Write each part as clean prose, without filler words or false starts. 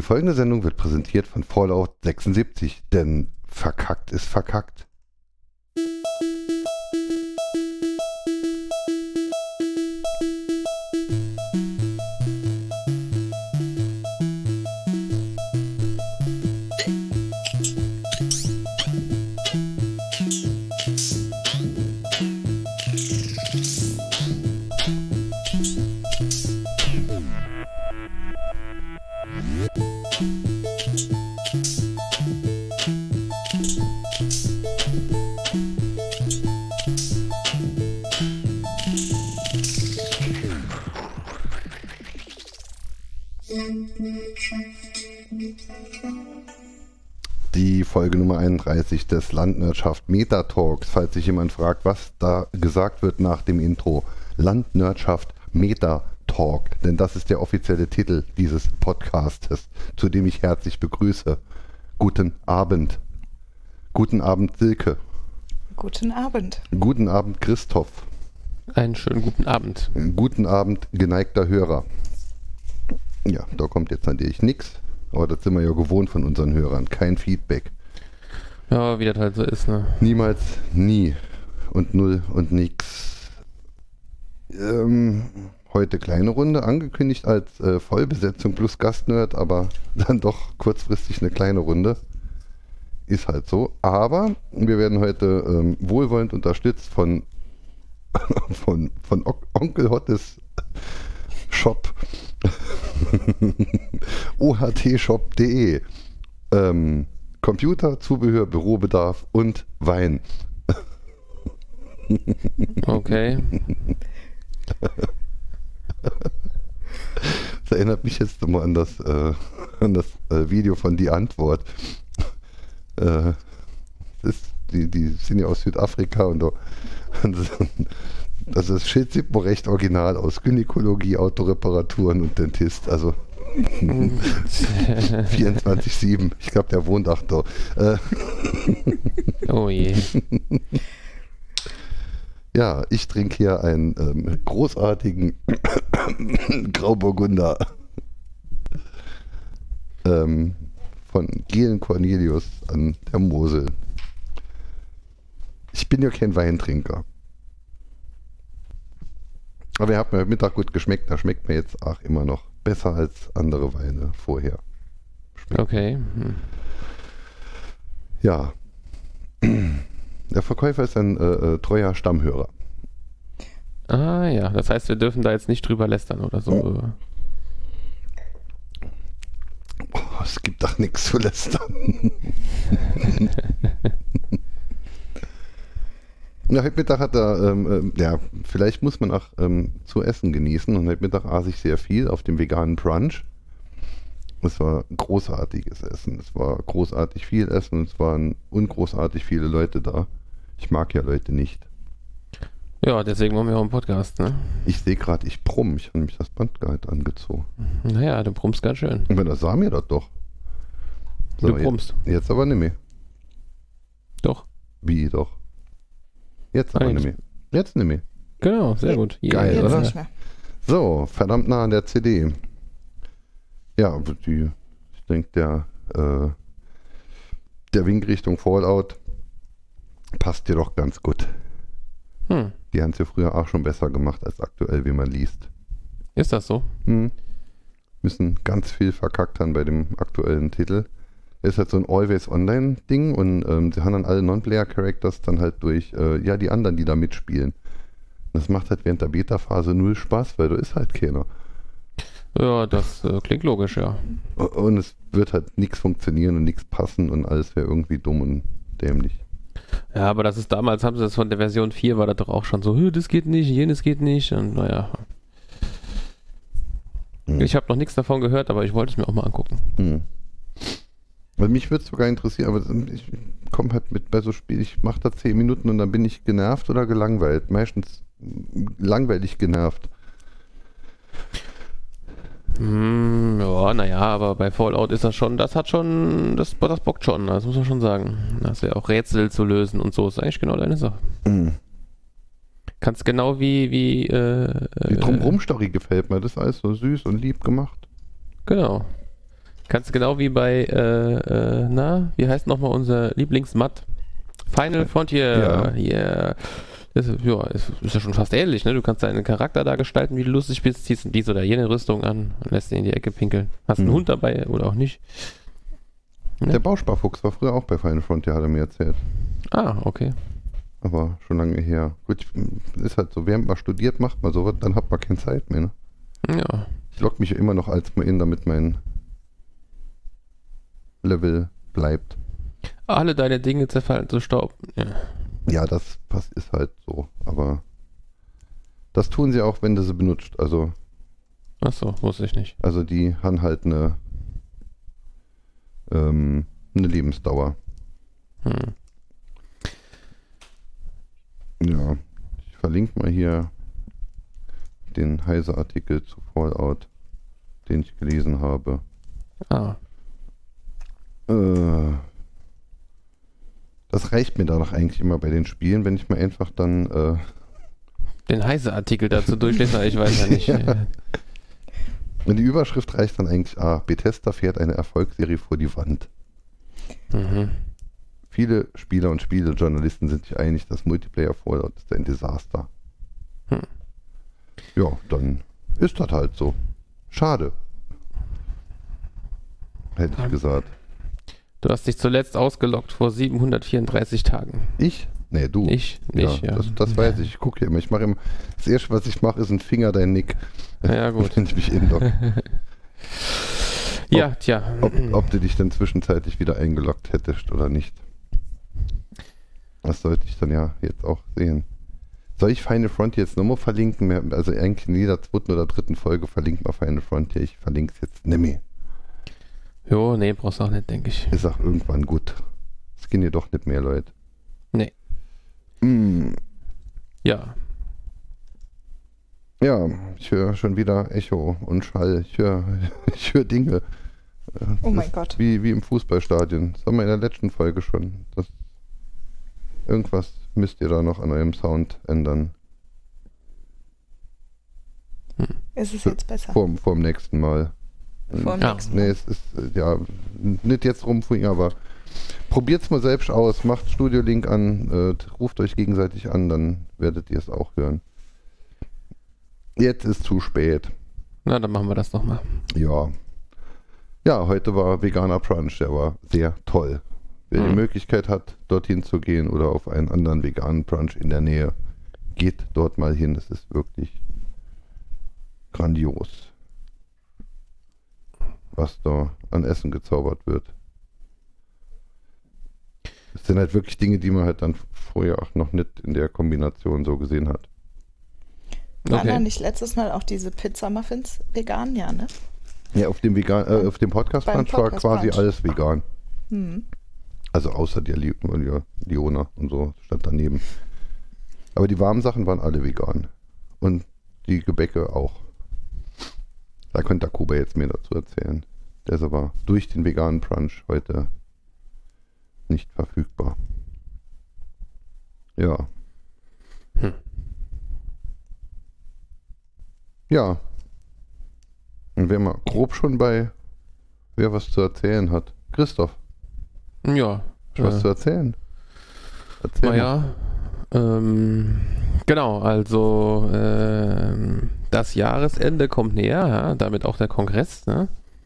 Die folgende Sendung wird präsentiert von Fallout 76, denn verkackt ist verkackt. Die Folge Nummer 31 des Landwirtschaft Meta-Talks, falls sich jemand fragt, was da gesagt wird nach dem Intro. Landwirtschaft Meta-Talk, denn das ist der offizielle Titel dieses Podcastes, zu dem ich herzlich begrüße. Guten Abend. Guten Abend, Silke. Guten Abend. Guten Abend, Christoph. Einen schönen guten Abend. Guten Abend, geneigter Hörer. Ja, da kommt jetzt natürlich nichts. Aber das sind wir ja gewohnt von unseren Hörern. Kein Feedback. Ja, wie das halt so ist, ne? Niemals, nie. Und null und nix. Heute kleine Runde, angekündigt als Vollbesetzung plus Gastnerd, aber dann doch kurzfristig eine kleine Runde. Ist halt so. Aber wir werden heute wohlwollend unterstützt von Onkel Hottes Shop. ohtshop.de Computer, Zubehör, Bürobedarf und Wein. Okay. Das erinnert mich jetzt immer an das Video von Die Antwort. Die sind ja aus Südafrika und das ist Schild sieht man recht original aus. Gynäkologie, Autoreparaturen und Dentist. Also 24/7. Ich glaube, der wohnt auch da. Oh je. Ja, ich trinke hier einen großartigen Grauburgunder von Gehlen Cornelius an der Mosel. Ich bin ja kein Weintrinker. Aber er hat mir heute Mittag gut geschmeckt. Da schmeckt mir jetzt auch immer noch besser als andere Weine vorher. Okay. Ja. Der Verkäufer ist ein treuer Stammhörer. Ah ja, das heißt, wir dürfen da jetzt nicht drüber lästern oder so. Oh, es gibt doch nichts zu lästern. Ja, heute Mittag hat er, ja, vielleicht muss man auch zu essen genießen. Und heute Mittag aß ich sehr viel auf dem veganen Brunch. Es war großartiges Essen. Es war großartig viel Essen. Es waren ungroßartig viele Leute da. Ich mag ja Leute nicht. Ja, deswegen machen wir auch einen Podcast, ne? Ich sehe gerade, ich brumm. Ich habe mich das Bandgehalt angezogen. Naja, du brummst ganz schön. Und wenn er sah mir das doch. So, Du brummst. Jetzt aber nicht mehr. Doch. Wie doch? Jetzt aber nicht mehr. Jetzt nicht mehr. Genau, sehr gut. Geil, Jetzt oder? nicht mehr. So, verdammt nah an der CD. Ja, ich denke, der Wink Richtung Fallout passt dir doch ganz gut. Die haben es ja früher auch schon besser gemacht als aktuell, wie man liest. Ist das so? Müssen ganz viel verkackt haben bei dem aktuellen Titel. Ist halt so ein Always-Online-Ding und sie haben dann alle Non-Player-Characters dann halt durch, die anderen, die da mitspielen. Das macht halt während der Beta-Phase null Spaß, weil da ist halt keiner. Ja, das klingt logisch, ja. Und es wird halt nichts funktionieren und nichts passen und alles wäre irgendwie dumm und dämlich. Ja, aber das ist damals, haben sie das von der Version 4, war das doch auch schon so, das geht nicht, jenes geht nicht und naja. Ich habe noch nichts davon gehört, aber ich wollte es mir auch mal angucken. Weil mich würde es sogar interessieren, aber ich komme halt mit bei so Spielen, ich mache da 10 Minuten und dann bin ich genervt oder gelangweilt. Meistens langweilig genervt. Ja, naja, aber bei Fallout ist das schon, das bockt schon, das muss man schon sagen. Das ist ja auch Rätsel zu lösen und so, ist eigentlich genau deine Sache. Kannst genau wie die Drumherum-Story gefällt mir, das ist alles so süß und lieb gemacht. Genau. Kannst genau wie bei, wie heißt nochmal unser Lieblingsmatt? Final Frontier. Yeah. Das ist ja schon fast ähnlich, ne? Du kannst deinen Charakter da gestalten, wie du lustig bist, ziehst diese oder jene Rüstung an und lässt ihn in die Ecke pinkeln. Hast einen Hund dabei oder auch nicht. Der Bausparfuchs war früher auch bei Final Frontier, hat er mir erzählt. Ah, okay. Aber schon lange her. Gut, ist halt so, während man studiert, macht man sowas, dann hat man keine Zeit mehr, ne? Ja. Ich logge mich ja immer noch als mal in, damit mein Level bleibt. Alle deine Dinge zerfallen zu Staub. Ja. Ja, das ist halt so, aber das tun sie auch, wenn du sie benutzt. Also Achso, wusste ich nicht. Also die haben halt eine Lebensdauer. Ja, ich verlinke mal hier den Heise-Artikel zu Fallout, den ich gelesen habe. Ah. Das reicht mir danach eigentlich immer bei den Spielen, wenn ich mal einfach dann Den Heise-Artikel dazu durchlesen, ich weiß ja nicht. Ja. Und die Überschrift reicht dann eigentlich, Bethesda fährt eine Erfolgsserie vor die Wand. Viele Spieler und Spielejournalisten sind sich einig, dass Multiplayer Fallout ist ein Desaster. Ja, dann ist das halt so. Schade. Hätte ich gesagt. Du hast dich zuletzt ausgeloggt vor 734 Tagen. Ich? Nee, du. Ich nicht, ja. Das weiß ich. Ich gucke hier immer. Ich mache immer. Das erste, was ich mache, ist ein Finger dein Nick. Ja, gut. Wenn ich mich inlogge. Ja, tja. Ob du dich dann zwischenzeitlich wieder eingeloggt hättest oder nicht. Das sollte ich dann ja jetzt auch sehen. Soll ich Final Frontier jetzt nochmal verlinken? Also eigentlich in jeder zweiten oder dritten Folge verlinkt mal Final Frontier. Ich verlinke es jetzt nicht mehr. Jo, nee, brauchst du auch nicht, denke ich. Ist auch irgendwann gut. Es gehen hier doch nicht mehr Leute. Nee. Ja. Ja, ich höre schon wieder Echo und Schall. Ich höre Dinge. Oh mein Gott. Wie im Fußballstadion. Das haben wir in der letzten Folge schon. Irgendwas müsst ihr da noch an eurem Sound ändern. Ist es jetzt besser? Vorm nächsten Mal. Vor dem Ja. nächsten Mal. Nee, es ist, ja, nicht jetzt rumfliegen, aber probiert's mal selbst aus. Macht Studio Link an, ruft euch gegenseitig an, dann werdet ihr es auch hören. Jetzt ist zu spät. Na, dann machen wir das nochmal. Ja. Ja, heute war veganer Brunch, der war sehr toll. Wer die Möglichkeit hat, dorthin zu gehen oder auf einen anderen veganen Brunch in der Nähe, geht dort mal hin. Das ist wirklich grandios, was da an Essen gezaubert wird. Das sind halt wirklich Dinge, die man halt dann vorher auch noch nicht in der Kombination so gesehen hat. Waren da Okay. nicht letztes Mal auch diese Pizza-Muffins vegan? Ja, ne? Ja, auf dem Podcast Beim Brunch war Podcast quasi Brunch. alles vegan. Hm. Also außer der Liona und so stand daneben. Aber die warmen Sachen waren alle vegan. Und die Gebäcke auch. Da könnte Kuba jetzt mehr dazu erzählen. Der ist aber durch den veganen Brunch heute nicht verfügbar. Ja. Ja. Und wer mal grob schon wer was zu erzählen hat. Christoph, Ja. was zu erzählen? Erzähl mal. Naja, genau, also das Jahresende kommt näher, ja, damit auch der Kongress, ne?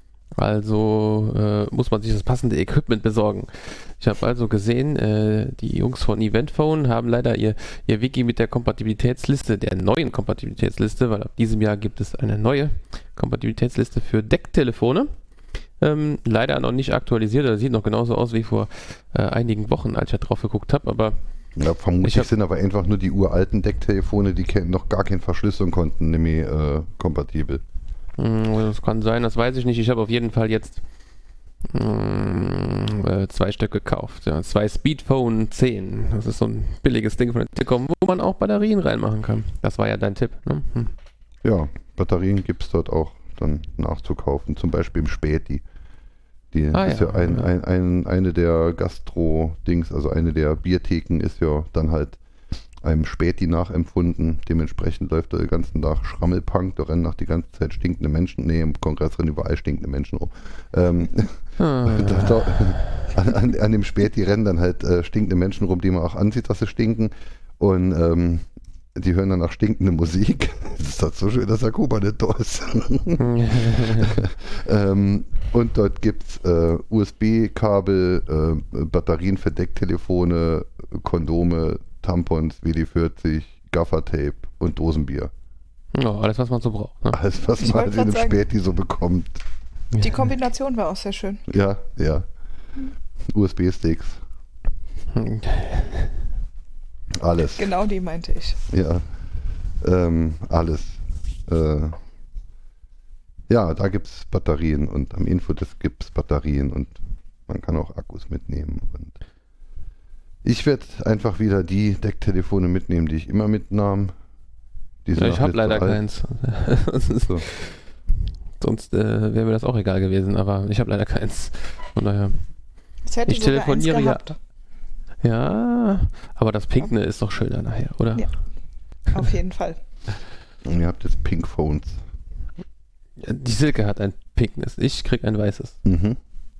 Also muss man sich das passende Equipment besorgen. Ich habe also gesehen, die Jungs von Eventphone haben leider ihr Wiki mit der Kompatibilitätsliste, der neuen Kompatibilitätsliste, weil ab diesem Jahr gibt es eine neue Kompatibilitätsliste für Decktelefone. Leider noch nicht aktualisiert, das sieht noch genauso aus wie vor einigen Wochen, als ich da drauf geguckt habe, aber Ja, vermutlich Ich hab- sind aber einfach nur die uralten Decktelefone, die noch gar keine Verschlüsselung konnten, nämlich kompatibel. Das kann sein, das weiß ich nicht. Ich habe auf jeden Fall jetzt 2 Stück gekauft. Ja, 2 Speedphone 10. Das ist so ein billiges Ding von der Telekom, wo man auch Batterien reinmachen kann. Das war ja dein Tipp, ne? Ja, Batterien gibt es dort auch dann nachzukaufen, zum Beispiel im Späti. Die ist ja eine der Gastro-Dings, also eine der Biertheken ist ja dann halt einem Späti nachempfunden. Dementsprechend läuft da den ganzen Tag Schrammelpunk, da rennen auch die ganze Zeit stinkende Menschen. Nee, im Kongress rennen überall stinkende Menschen rum. An dem Späti rennen dann halt stinkende Menschen rum, die man auch ansieht, dass sie stinken. Und die hören dann auch stinkende Musik. Das ist doch so schön, dass der Kuba nicht da ist. Und dort gibt es USB-Kabel, Batterien für Decktelefone, Kondome, Tampons, WD-40, Gaffertape und Dosenbier. Ja, alles, was man so braucht. Ne? Alles, was man in einem Späti so bekommt. Die Kombination war auch sehr schön. Ja. USB-Sticks. Alles. Genau die meinte ich. Ja. Alles. Ja, da gibt es Batterien und am Infodesk gibt es Batterien und man kann auch Akkus mitnehmen. Und ich werde einfach wieder die Decktelefone mitnehmen, die ich immer mitnahm. Ja, ich habe leider keins. So. Sonst wäre mir das auch egal gewesen, aber ich habe leider keins. Von daher. Ich telefoniere ja. Ja, aber das Pinkne ist doch schöner nachher, oder? Ja, auf jeden Fall. Und ihr habt jetzt Pink Phones. Ja, die Silke hat ein pinknes, ich krieg ein weißes. Mhm.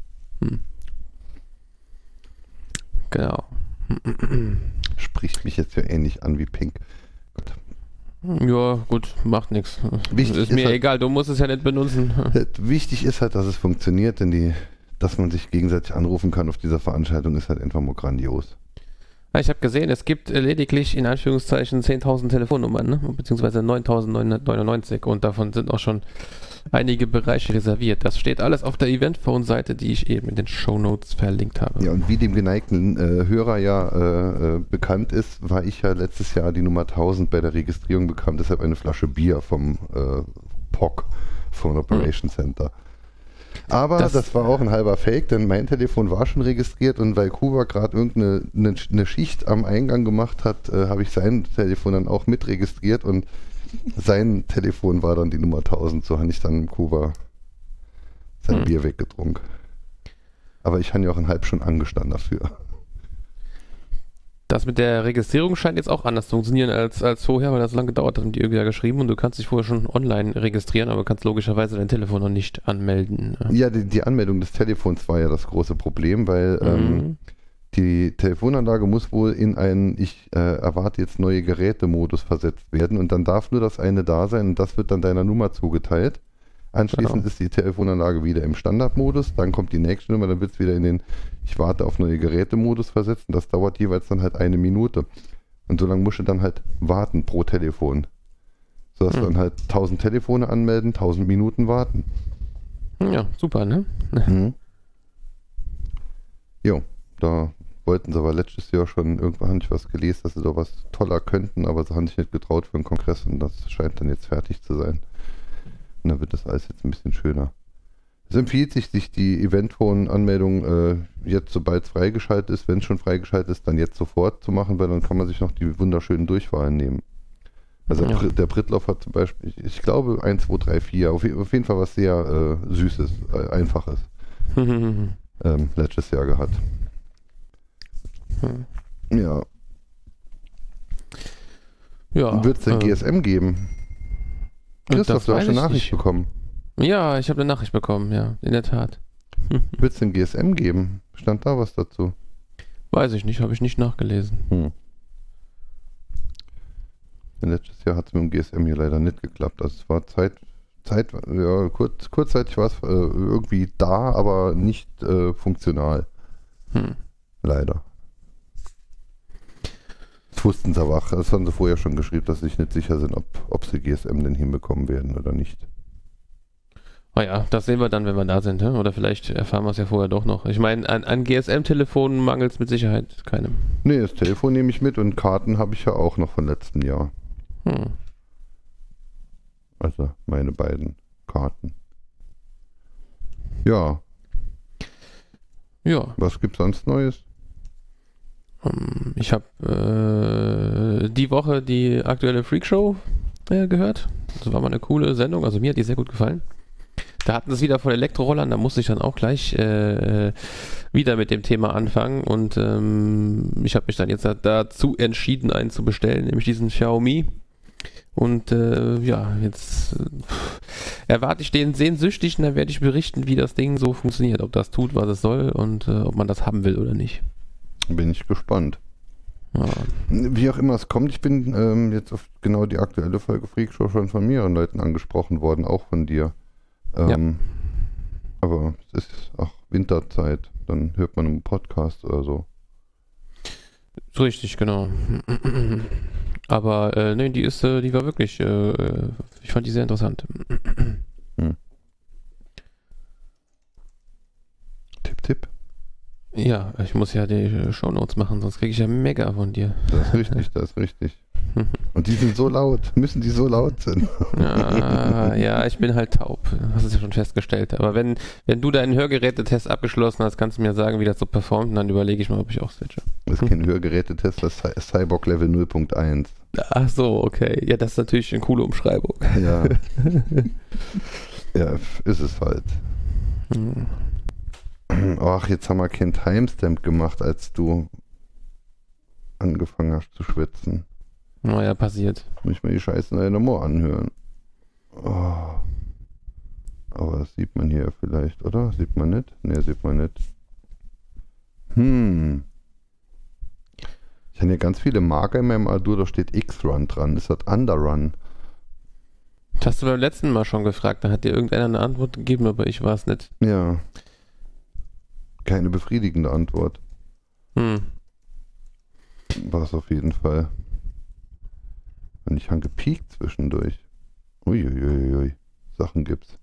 Genau. Spricht mich jetzt ja ähnlich an wie Pink. Ja, gut, macht nichts. Wichtig Ist mir ist halt, egal, du musst es ja nicht benutzen. Wichtig ist halt, dass es funktioniert, denn dass man sich gegenseitig anrufen kann auf dieser Veranstaltung, ist halt einfach nur grandios. Ich habe gesehen, es gibt lediglich in Anführungszeichen 10.000 Telefonnummern, ne? Beziehungsweise 9.999 und davon sind auch schon einige Bereiche reserviert. Das steht alles auf der Eventphone-Seite, die ich eben in den Shownotes verlinkt habe. Ja, und wie dem geneigten Hörer ja bekannt ist, war ich ja letztes Jahr die Nummer 1000 bei der Registrierung, bekam deshalb eine Flasche Bier vom POC, Phone Operation Center. Aber das war auch ein halber Fake, denn mein Telefon war schon registriert und weil Kuba gerade irgendeine Schicht am Eingang gemacht hat, habe ich sein Telefon dann auch mitregistriert und sein Telefon war dann die Nummer 1000. So habe ich dann Kuba sein Bier weggetrunken. Aber ich habe ja auch eine halbe Stunde angestanden dafür. Das mit der Registrierung scheint jetzt auch anders zu funktionieren als vorher, weil das lange gedauert hat, haben die irgendwie ja geschrieben und du kannst dich vorher schon online registrieren, aber kannst logischerweise dein Telefon noch nicht anmelden. Ja, die Anmeldung des Telefons war ja das große Problem, weil die Telefonanlage muss wohl in einen ich erwarte jetzt neue Geräte-Modus versetzt werden und dann darf nur das eine da sein und das wird dann deiner Nummer zugeteilt. Anschließend ist die Telefonanlage wieder im Standardmodus, dann kommt die nächste Nummer, dann wird es wieder in den ich warte auf neue Geräte-Modus versetzt und das dauert jeweils dann halt 1 Minute. Und so lange musst du dann halt warten pro Telefon. So dass du dann halt 1000 Telefone anmelden, 1000 Minuten warten. Ja, super, ne? Jo, da wollten sie aber letztes Jahr schon, irgendwann habe ich was gelesen, dass sie da was toller könnten, aber sie haben sich nicht getraut für den Kongress und das scheint dann jetzt fertig zu sein. Und dann wird das alles jetzt ein bisschen schöner. Es empfiehlt sich die Eventphone-Anmeldung jetzt, sobald es freigeschaltet ist, wenn es schon freigeschaltet ist, dann jetzt sofort zu machen, weil dann kann man sich noch die wunderschönen Durchwahlen nehmen. Also Ja. der Prittloff hat zum Beispiel, ich glaube 1, 2, 3, 4, auf jeden Fall was sehr Süßes, Einfaches letztes Jahr gehabt. Ja. Ja. Wird es denn GSM geben? Christoph, du hast eine Nachricht bekommen. Ja, ich habe eine Nachricht bekommen, ja, in der Tat. Wird es denn GSM geben? Stand da was dazu? Weiß ich nicht, habe ich nicht nachgelesen. Letztes Jahr hat es mit dem GSM hier leider nicht geklappt. Also es war kurzzeitig war es irgendwie da, aber nicht funktional. Leider. Das wussten sie aber auch, das haben sie vorher schon geschrieben, dass sie sich nicht sicher sind, ob sie GSM denn hinbekommen werden oder nicht. Naja, das sehen wir dann, wenn wir da sind, oder vielleicht erfahren wir es ja vorher doch noch. Ich meine, an GSM-Telefonen mangelt es mit Sicherheit keinem. Nee, das Telefon nehme ich mit und Karten habe ich ja auch noch von letztem Jahr. Also meine beiden Karten. Ja. Ja. Was gibt's sonst Neues? Ich habe die Woche die aktuelle Freakshow gehört. Das war mal eine coole Sendung, also mir hat die sehr gut gefallen. Da hatten sie es wieder von Elektrorollern, da musste ich dann auch gleich wieder mit dem Thema anfangen und ich habe mich dann jetzt dazu entschieden, einen zu bestellen, nämlich diesen Xiaomi. Und jetzt erwarte ich den sehnsüchtig und dann werde ich berichten, wie das Ding so funktioniert, ob das tut, was es soll und ob man das haben will oder nicht. Bin ich gespannt. Ja. Wie auch immer es kommt, ich bin jetzt auf genau die aktuelle Folge Freakshow schon von mehreren Leuten angesprochen worden, auch von dir. Aber es ist auch Winterzeit, dann hört man einen Podcast oder so. Richtig, genau. Aber nee, die war wirklich, ich fand die sehr interessant. Tipp. Ja, ich muss ja die Shownotes machen, sonst kriege ich ja mega von dir. Das ist richtig. Und die sind so laut. Müssen die so laut sein? Ja, ich bin halt taub. Hast du ja schon festgestellt. Aber wenn du deinen Hörgerätetest abgeschlossen hast, kannst du mir sagen, wie das so performt und dann überlege ich mal, ob ich auch switche. Das ist kein Hörgerätetest, das ist Cyborg Level 0.1. Ach so, okay. Ja, das ist natürlich eine coole Umschreibung. Ja. Ja, ist es halt. Ach, jetzt haben wir keinen Timestamp gemacht, als du angefangen hast zu schwitzen. Naja, passiert. Muss ich mir die Scheiße nochmal anhören. Oh. Aber das sieht man hier vielleicht, oder? Sieht man nicht? Ne, sieht man nicht. Ich habe hier ganz viele Marker in meinem Ardour, da steht X-Run dran. Ist das Underrun? Das hast du beim letzten Mal schon gefragt, da hat dir irgendeiner eine Antwort gegeben, aber ich war es nicht. Ja. Keine befriedigende Antwort. War es auf jeden Fall. Und ich habe gepiekt zwischendurch. Uiuiui. Sachen gibt's.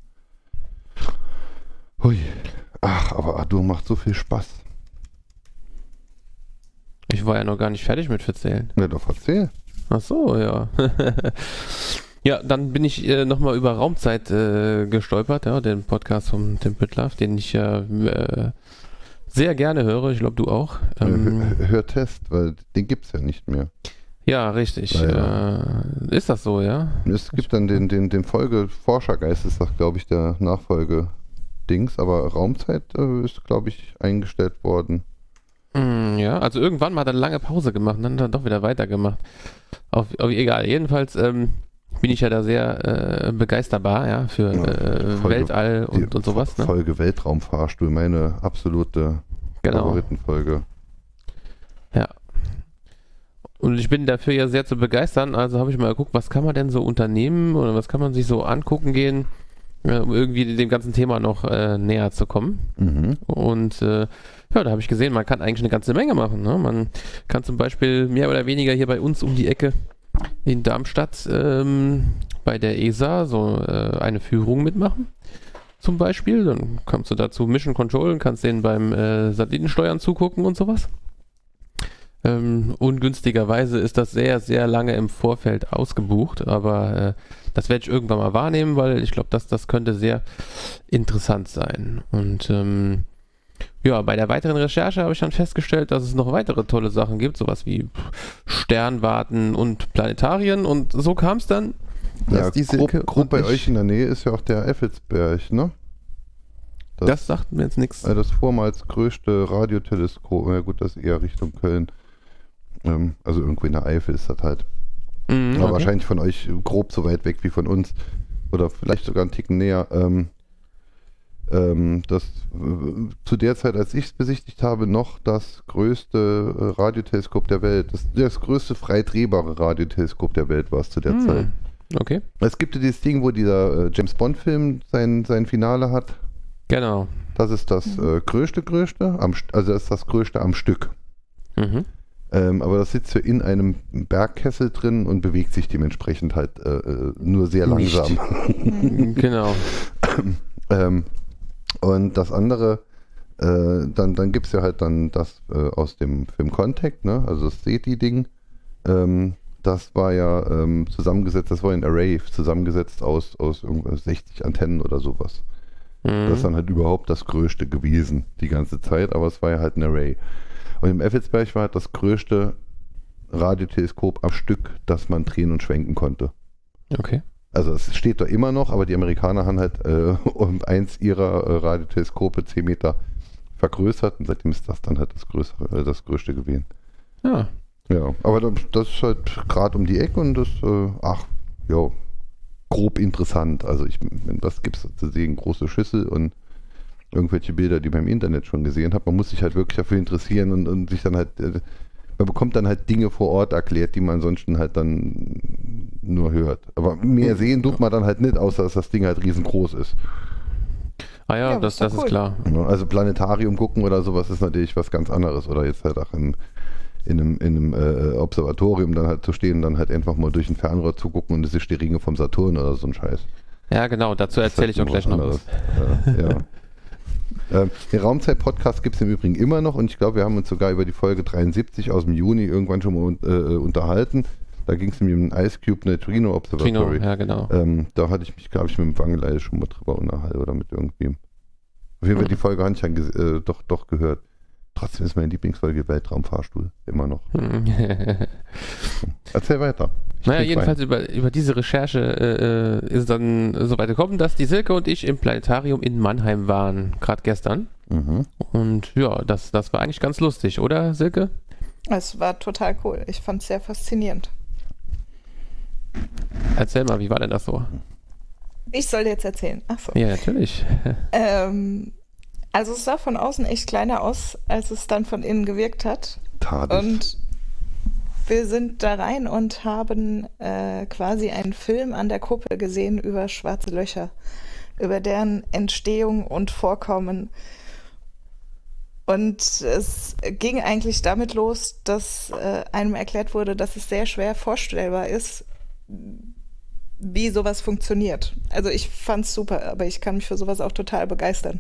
Hui. Ach, aber Ardour macht so viel Spaß. Ich war ja noch gar nicht fertig mit Verzählen. Ja, doch, erzähl. Ach so, ja. Ja, dann bin ich nochmal über Raumzeit gestolpert, ja, den Podcast vom Tim Pritloff, den ich ja sehr gerne höre. Ich glaube, du auch. Hörtest, weil den gibt's ja nicht mehr. Ja, richtig. Ist das so, ja? Es gibt dann den Forschergeist ist das, glaube ich, der Nachfolge-Dings, aber Raumzeit ist, glaube ich, eingestellt worden. Ja, also irgendwann mal hat er eine lange Pause gemacht und dann hat er doch wieder weitergemacht. Egal, jedenfalls bin ich ja da sehr begeisterbar, ja, für Weltall und sowas. Ne? Folge Weltraumfahrstuhl, meine absolute Favoritenfolge. Ja. Und ich bin dafür ja sehr zu begeistern, also habe ich mal geguckt, was kann man denn so unternehmen oder was kann man sich so angucken gehen, um irgendwie dem ganzen Thema noch näher zu kommen. Und da habe ich gesehen, man kann eigentlich eine ganze Menge machen. Ne? Man kann zum Beispiel mehr oder weniger hier bei uns um die Ecke in Darmstadt bei der ESA so eine Führung mitmachen. Zum Beispiel, dann kommst du dazu Mission Control und kannst denen beim Satellitensteuern zugucken und sowas. Ungünstigerweise ist das sehr, sehr lange im Vorfeld ausgebucht, aber das werde ich irgendwann mal wahrnehmen, weil ich glaube, das könnte sehr interessant sein. Und bei der weiteren Recherche habe ich dann festgestellt, dass es noch weitere tolle Sachen gibt, sowas wie Sternwarten und Planetarien und so kam es dann, dass die Silke grob bei euch in der Nähe ist ja auch der Effelsberg, ne? Das sagt mir jetzt nichts. Das vormals größte Radioteleskop, ja gut, das ist eher Richtung Köln. Also irgendwo in der Eifel ist das halt. Aber wahrscheinlich von euch grob so weit weg wie von uns. Oder vielleicht sogar einen Ticken näher. Das zu der Zeit, als ich es besichtigt habe, noch das größte Radioteleskop der Welt. Das größte frei drehbare Radioteleskop der Welt war es zu der Zeit. Okay. Es gibt ja dieses Ding, wo dieser James Bond-Film sein Finale hat. Genau. Das ist das größte, also das ist das größte am Stück. Aber das sitzt ja in einem Bergkessel drin und bewegt sich dementsprechend halt nur sehr langsam. Genau. Und das andere, dann gibt es ja halt dann das aus dem Film Contact, ne? Also das SETI-Ding. Das war ja zusammengesetzt, das war ein Array, zusammengesetzt aus 60 Antennen oder sowas. Das ist dann halt überhaupt das Größte gewesen, die ganze Zeit, aber es war ja halt ein Array. Und im Effelsberg war halt das größte Radioteleskop am Stück, das man drehen und schwenken konnte. Okay. Also es steht da immer noch, aber die Amerikaner haben halt eins ihrer Radioteleskope 10 Meter vergrößert und seitdem ist das dann halt das größte gewesen. Ja. Ja, aber das ist halt gerade um die Ecke und das, grob interessant. Also was gibt es zu sehen? Große Schüssel und irgendwelche Bilder, die man im Internet schon gesehen hat. Man muss sich halt wirklich dafür interessieren und sich dann halt, man bekommt dann halt Dinge vor Ort erklärt, die man sonst halt dann nur hört. Aber mehr sehen tut man dann halt nicht, außer dass das Ding halt riesengroß ist. Ah ja, Ja, das ist doch ist cool. klar. Also Planetarium gucken oder sowas ist natürlich was ganz anderes. Oder jetzt halt auch in einem Observatorium dann halt zu stehen und dann halt einfach mal durch ein Fernrohr zu gucken und es ist die Ringe vom Saturn oder so ein Scheiß. Ja, genau, dazu erzähle ich auch gleich noch was. Den Raumzeit-Podcast gibt es im Übrigen immer noch und ich glaube, wir haben uns sogar über die Folge 73 aus dem Juni irgendwann schon mal unterhalten. Da ging es um den Ice Cube Neutrino Observatory. Ja, genau. Da hatte ich mich, glaube ich, mit dem Wangeleide schon mal drüber unterhalten oder mit irgendwem. Auf jeden Fall die Folge habe ich dann doch gehört. Trotzdem ist meine Lieblingsfolge Weltraumfahrstuhl. Immer noch. Erzähl weiter. Naja, jedenfalls über diese Recherche ist es dann so weit gekommen, dass die Silke und ich im Planetarium in Mannheim waren, gerade gestern. Mhm. Und ja, das war eigentlich ganz lustig, oder Silke? Es war total cool. Ich fand es sehr faszinierend. Erzähl mal, wie war denn das so? Ich soll jetzt erzählen. Achso. Ja, natürlich. Also es sah von außen echt kleiner aus, als es dann von innen gewirkt hat. TARDIS. Und wir sind da rein und haben quasi einen Film an der Kuppel gesehen über schwarze Löcher, über deren Entstehung und Vorkommen. Und es ging eigentlich damit los, dass einem erklärt wurde, dass es sehr schwer vorstellbar ist, wie sowas funktioniert. Also ich fand's super, aber ich kann mich für sowas auch total begeistern.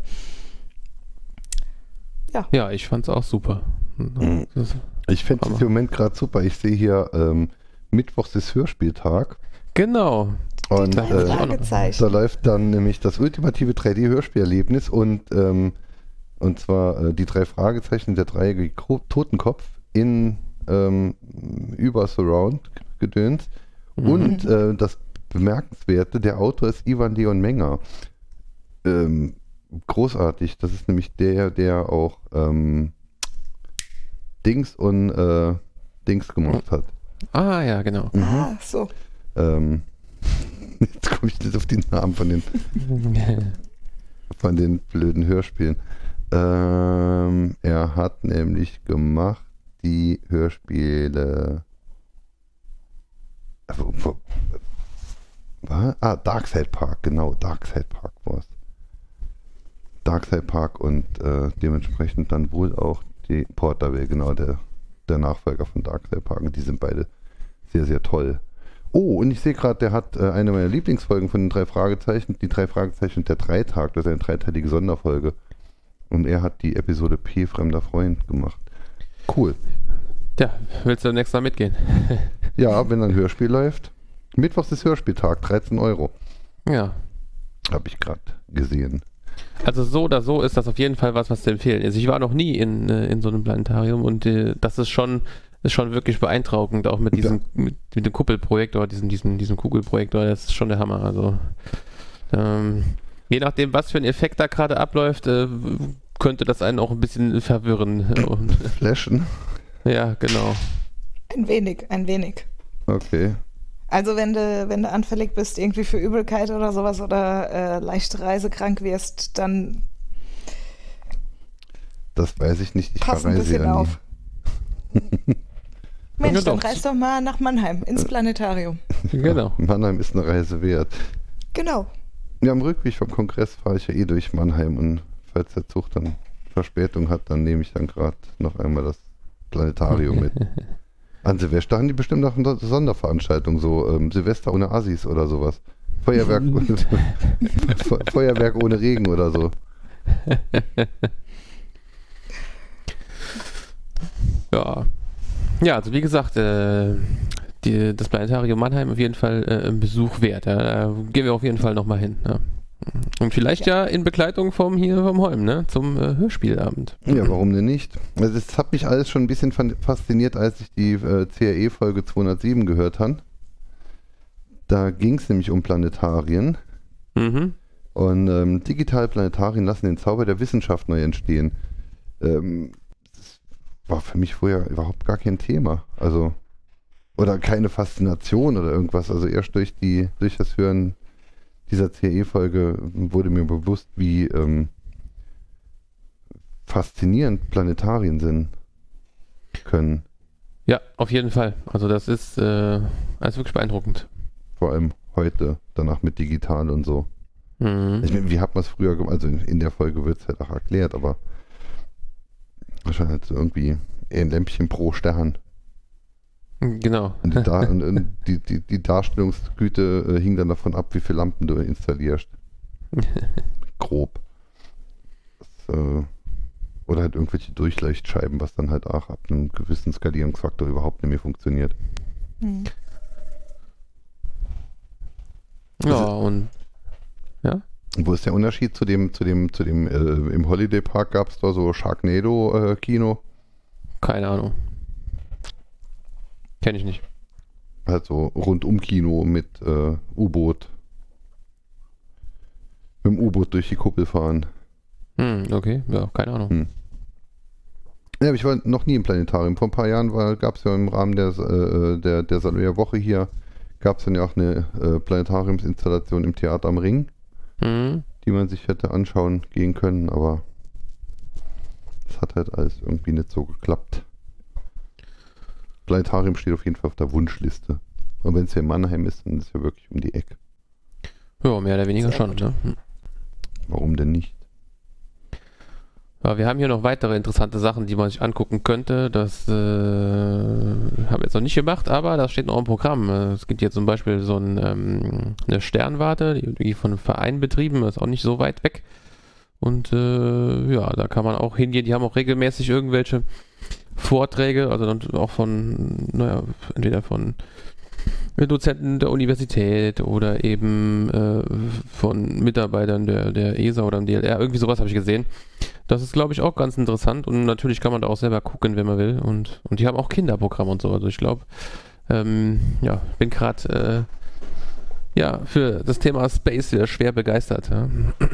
Ja, ich fand's auch super. Ich finde es im Moment gerade super. Ich sehe hier Mittwochs ist Hörspieltag. Genau. Und Da da Fragezeichen. läuft dann nämlich das ultimative 3D-Hörspielerlebnis und zwar die 3 Fragezeichen, der dreieckige Totenkopf in über Surround-Gedöns. Und das Bemerkenswerte, der Autor ist Ivan Leon Menger. Großartig. Das ist nämlich der auch Dings und Dings gemacht hat. Ah, ja, genau. Ah, so. Jetzt komme ich nicht auf die Namen von den blöden Hörspielen. Er hat nämlich gemacht die Hörspiele. Darkside Park, genau, Darkside Park war es. Darkside Park und dementsprechend dann wohl auch die Porterville, genau, der Nachfolger von Darkside Park. Und die sind beide sehr, sehr toll. Oh, und ich sehe gerade, der hat eine meiner Lieblingsfolgen von den 3 Fragezeichen, die 3 Fragezeichen und der Dreitag, das ist eine 3-teilige Sonderfolge. Und er hat die Episode P, Fremder Freund, gemacht. Cool. Ja, willst du nächstes Mal mitgehen? Ja, wenn ein Hörspiel läuft. Mittwochs ist Hörspieltag, 13 €. Ja. Habe ich gerade gesehen. Also so oder so ist das auf jeden Fall was zu empfehlen ist. Ich war noch nie in so einem Planetarium und das ist schon wirklich beeindruckend, auch mit diesem mit dem Kuppelprojektor, diesem Kugelprojektor, das ist schon der Hammer. Also je nachdem, was für ein Effekt da gerade abläuft, könnte das einen auch ein bisschen verwirren. Und, Flashen? ja, genau. Ein wenig. Okay. Also wenn du anfällig bist irgendwie für Übelkeit oder sowas oder leicht reisekrank wirst, dann Das weiß ich nicht. Ich pass ein verreise bisschen ja nie. auf. Mensch, Ja, dann doch. reis doch mal nach Mannheim, ins Planetarium. Genau. Mannheim ist eine Reise wert. Genau. Ja, am Rückweg vom Kongress fahre ich ja eh durch Mannheim und falls der Zug dann Verspätung hat, dann nehme ich dann gerade noch einmal das Planetarium mit. An Silvester haben die bestimmt noch eine Sonderveranstaltung, so Silvester ohne Assis oder sowas. Feuerwerk, Feuerwerk ohne Regen oder so. Ja. Ja, also wie gesagt, das Planetarium Mannheim auf jeden Fall ein Besuch wert. Ja. Da gehen wir auf jeden Fall nochmal hin. Ja. Und vielleicht ja in Begleitung vom Holm, ne? Zum Hörspielabend. Ja, warum denn nicht? Also es hat mich alles schon ein bisschen fasziniert, als ich die CRE-Folge 207 gehört habe. Da ging es nämlich um Planetarien. Mhm. Und digitale Planetarien lassen den Zauber der Wissenschaft neu entstehen. Das war für mich vorher überhaupt gar kein Thema. Also, oder keine Faszination oder irgendwas. Also erst durch das Hören dieser CE-Folge wurde mir bewusst, wie faszinierend Planetarien sind können. Ja, auf jeden Fall. Also das ist alles wirklich beeindruckend. Vor allem heute, danach mit digital und so. Mhm. Ich meine, wie hat man es früher gemacht? Also in der Folge wird es halt auch erklärt, aber wahrscheinlich halt so irgendwie ein Lämpchen pro Stern. Genau. Und die Darstellungsgüte hing dann davon ab, wie viele Lampen du installierst. Grob. Das, oder halt irgendwelche Durchleuchtscheiben, was dann halt auch ab einem gewissen Skalierungsfaktor überhaupt nicht mehr funktioniert. Hm. Ja, und ja. Wo ist der Unterschied zu dem im Holiday Park gab es da so Sharknado Kino? Keine Ahnung. Kenne ich nicht. Also Rundum-Kino mit U-Boot. Mit dem U-Boot durch die Kuppel fahren. Okay, ja, keine Ahnung. Ja, aber ich war noch nie im Planetarium. Vor ein paar Jahren gab es ja im Rahmen der Saloia Woche hier, gab es dann ja auch eine Planetariumsinstallation im Theater am Ring, die man sich hätte anschauen gehen können, aber das hat halt alles irgendwie nicht so geklappt. Planetarium steht auf jeden Fall auf der Wunschliste. Und wenn es hier in Mannheim ist, dann ist es ja wirklich um die Ecke. Ja, mehr oder weniger Sehr schon. gut. Ne? Warum denn nicht? Ja, wir haben hier noch weitere interessante Sachen, die man sich angucken könnte. Das haben wir jetzt noch nicht gemacht, aber das steht noch im Programm. Es gibt hier zum Beispiel so eine Sternwarte, die von einem Verein betrieben ist, auch nicht so weit weg. Und ja, da kann man auch hingehen. Die haben auch regelmäßig irgendwelche Vorträge, also dann auch von, entweder von Dozenten der Universität oder eben von Mitarbeitern der ESA oder dem DLR. Irgendwie sowas habe ich gesehen. Das ist, glaube ich, auch ganz interessant und natürlich kann man da auch selber gucken, wenn man will. Und die haben auch Kinderprogramm und so. Also ich glaube, ja, bin gerade für das Thema Space wieder schwer begeistert. Ja.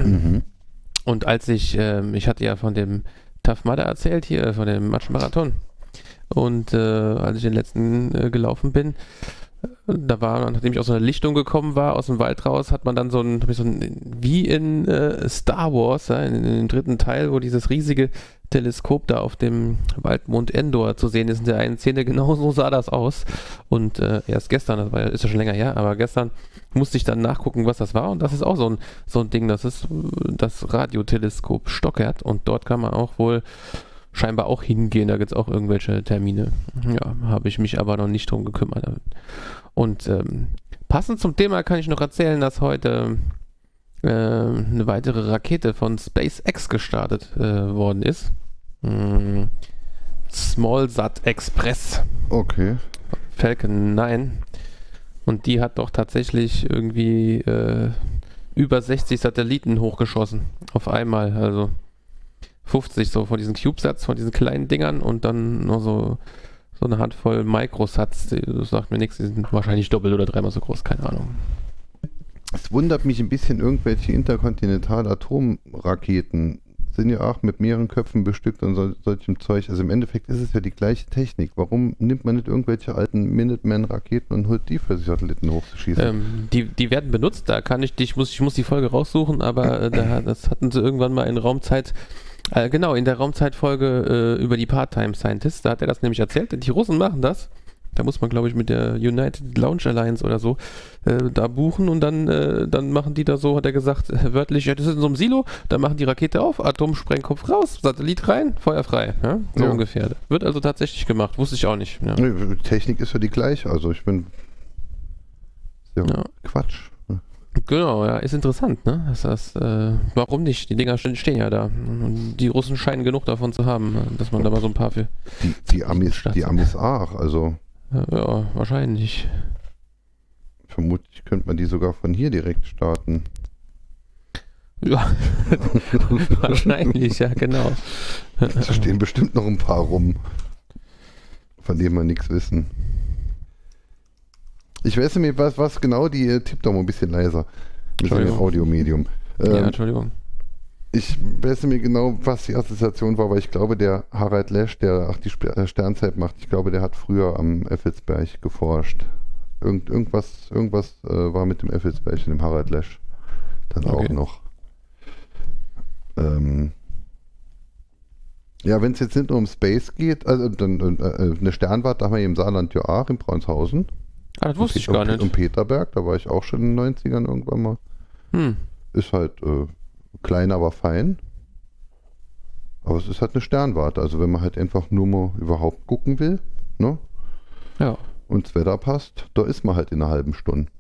Und als ich hatte ja von dem Tough Mudder erzählt hier, von dem Matschmarathon. Und als ich den letzten gelaufen bin, da war, nachdem ich aus so einer Lichtung gekommen war, aus dem Wald raus, hat man dann wie in Star Wars, ja, in dem dritten Teil, wo dieses riesige Teleskop da auf dem Waldmond Endor zu sehen ist, in der einen Szene, genau so sah das aus. Und erst gestern, ist ja schon länger her, aber gestern musste ich dann nachgucken, was das war. Und das ist auch so ein Ding, das ist das Radioteleskop Stockert. Und dort kann man auch wohl scheinbar auch hingehen, da gibt es auch irgendwelche Termine. Ja, habe ich mich aber noch nicht drum gekümmert. Und passend zum Thema kann ich noch erzählen, dass heute eine weitere Rakete von SpaceX gestartet worden ist. SmallSat Express. Okay. Falcon 9. Und die hat doch tatsächlich irgendwie über 60 Satelliten hochgeschossen. Auf einmal, also 50 so von diesen CubeSats, von diesen kleinen Dingern und dann noch so eine Handvoll Microsats, das sagt mir nichts, die sind wahrscheinlich doppelt oder dreimal so groß, keine Ahnung. Es wundert mich ein bisschen, irgendwelche interkontinentale Atomraketen sind ja auch mit mehreren Köpfen bestückt und solchem Zeug. Also im Endeffekt ist es ja die gleiche Technik. Warum nimmt man nicht irgendwelche alten Minuteman-Raketen und holt die für die Satelliten hochzuschießen? Die werden benutzt, da kann ich muss die Folge raussuchen, aber das hatten sie irgendwann mal in Raumzeit. Genau, in der Raumzeitfolge über die Part-Time Scientists, da hat er das nämlich erzählt. Die Russen machen das. Da muss man, glaube ich, mit der United Launch Alliance oder so da buchen und dann machen die da so, hat er gesagt, wörtlich, ja, das ist in so einem Silo, dann machen die Rakete auf, Atomsprengkopf raus, Satellit rein, Feuer frei. Ja? So Ja. ungefähr. Wird also tatsächlich gemacht, wusste ich auch nicht. Ja. Nee, Technik ist ja die gleiche, also ich bin Ja. Quatsch. Genau, ja, ist interessant, ne? Warum nicht? Die Dinger stehen ja da. Und die Russen scheinen genug davon zu haben, dass man da mal so ein paar für. Die Amis auch, also Ja, wahrscheinlich. vermutlich könnte man die sogar von hier direkt starten. Ja, wahrscheinlich, ja, genau. Da stehen bestimmt noch ein paar rum, von denen wir nichts wissen. Ich weiß nicht, was genau, die tippt doch mal ein bisschen leiser. Wir sind ja Entschuldigung. Audiomedium. Ja, Entschuldigung. Ich weiß nicht mehr genau, was die Assoziation war, aber ich glaube, der Harald Lesch, der auch die Sternzeit macht, ich glaube, der hat früher am Effelsberg geforscht. Irgendwas war mit dem Effelsberg und dem Harald Lesch dann auch Okay. noch. Ja, wenn es jetzt nicht nur um Space geht, also dann eine Sternwarte haben wir hier im Saarland ja auch, in Braunsthausen. Ah, das wusste ich gar nicht. Und Peterberg, da war ich auch schon in den 90ern irgendwann mal. Ist halt klein, aber fein. Aber es ist halt eine Sternwarte. Also wenn man halt einfach nur mal überhaupt gucken will, ne? Ja. Und das Wetter passt, da ist man halt in einer halben Stunde.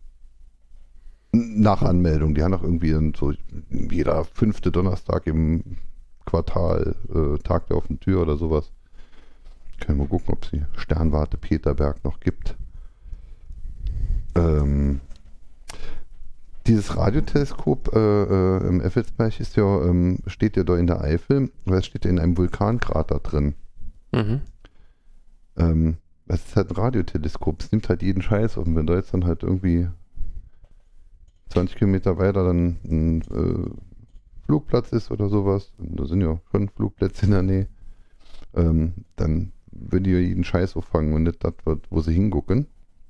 Nach Anmeldung. Die haben auch irgendwie so jeder 5. Donnerstag im Quartal Tag der offenen Tür oder sowas. Können wir mal gucken, ob es die Sternwarte Peterberg noch gibt. Dieses Radioteleskop im Effelsberg ist ja, steht ja da in der Eifel, weil es steht ja in einem Vulkankrater drin. Mhm. Es ist halt ein Radioteleskop, es nimmt halt jeden Scheiß auf. Und wenn da jetzt dann halt irgendwie 20 Kilometer weiter dann ein Flugplatz ist oder sowas, und da sind ja schon Flugplätze in der Nähe, dann würden die ja jeden Scheiß auffangen und nicht das, wo sie hingucken.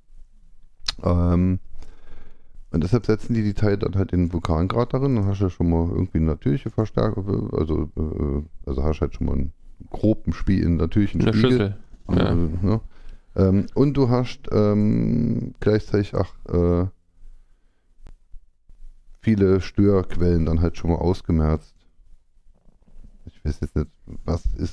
Und deshalb setzen die Teile dann halt in den Vulkankrater drin, dann hast du schon mal irgendwie eine natürliche Verstärkung, also hast du halt schon mal einen groben Spiel, einen natürlichen Eine Spiegel. Schüssel. Ja. Ne? Und du hast gleichzeitig auch viele Störquellen dann halt schon mal ausgemerzt. Ich weiß jetzt nicht, was ist.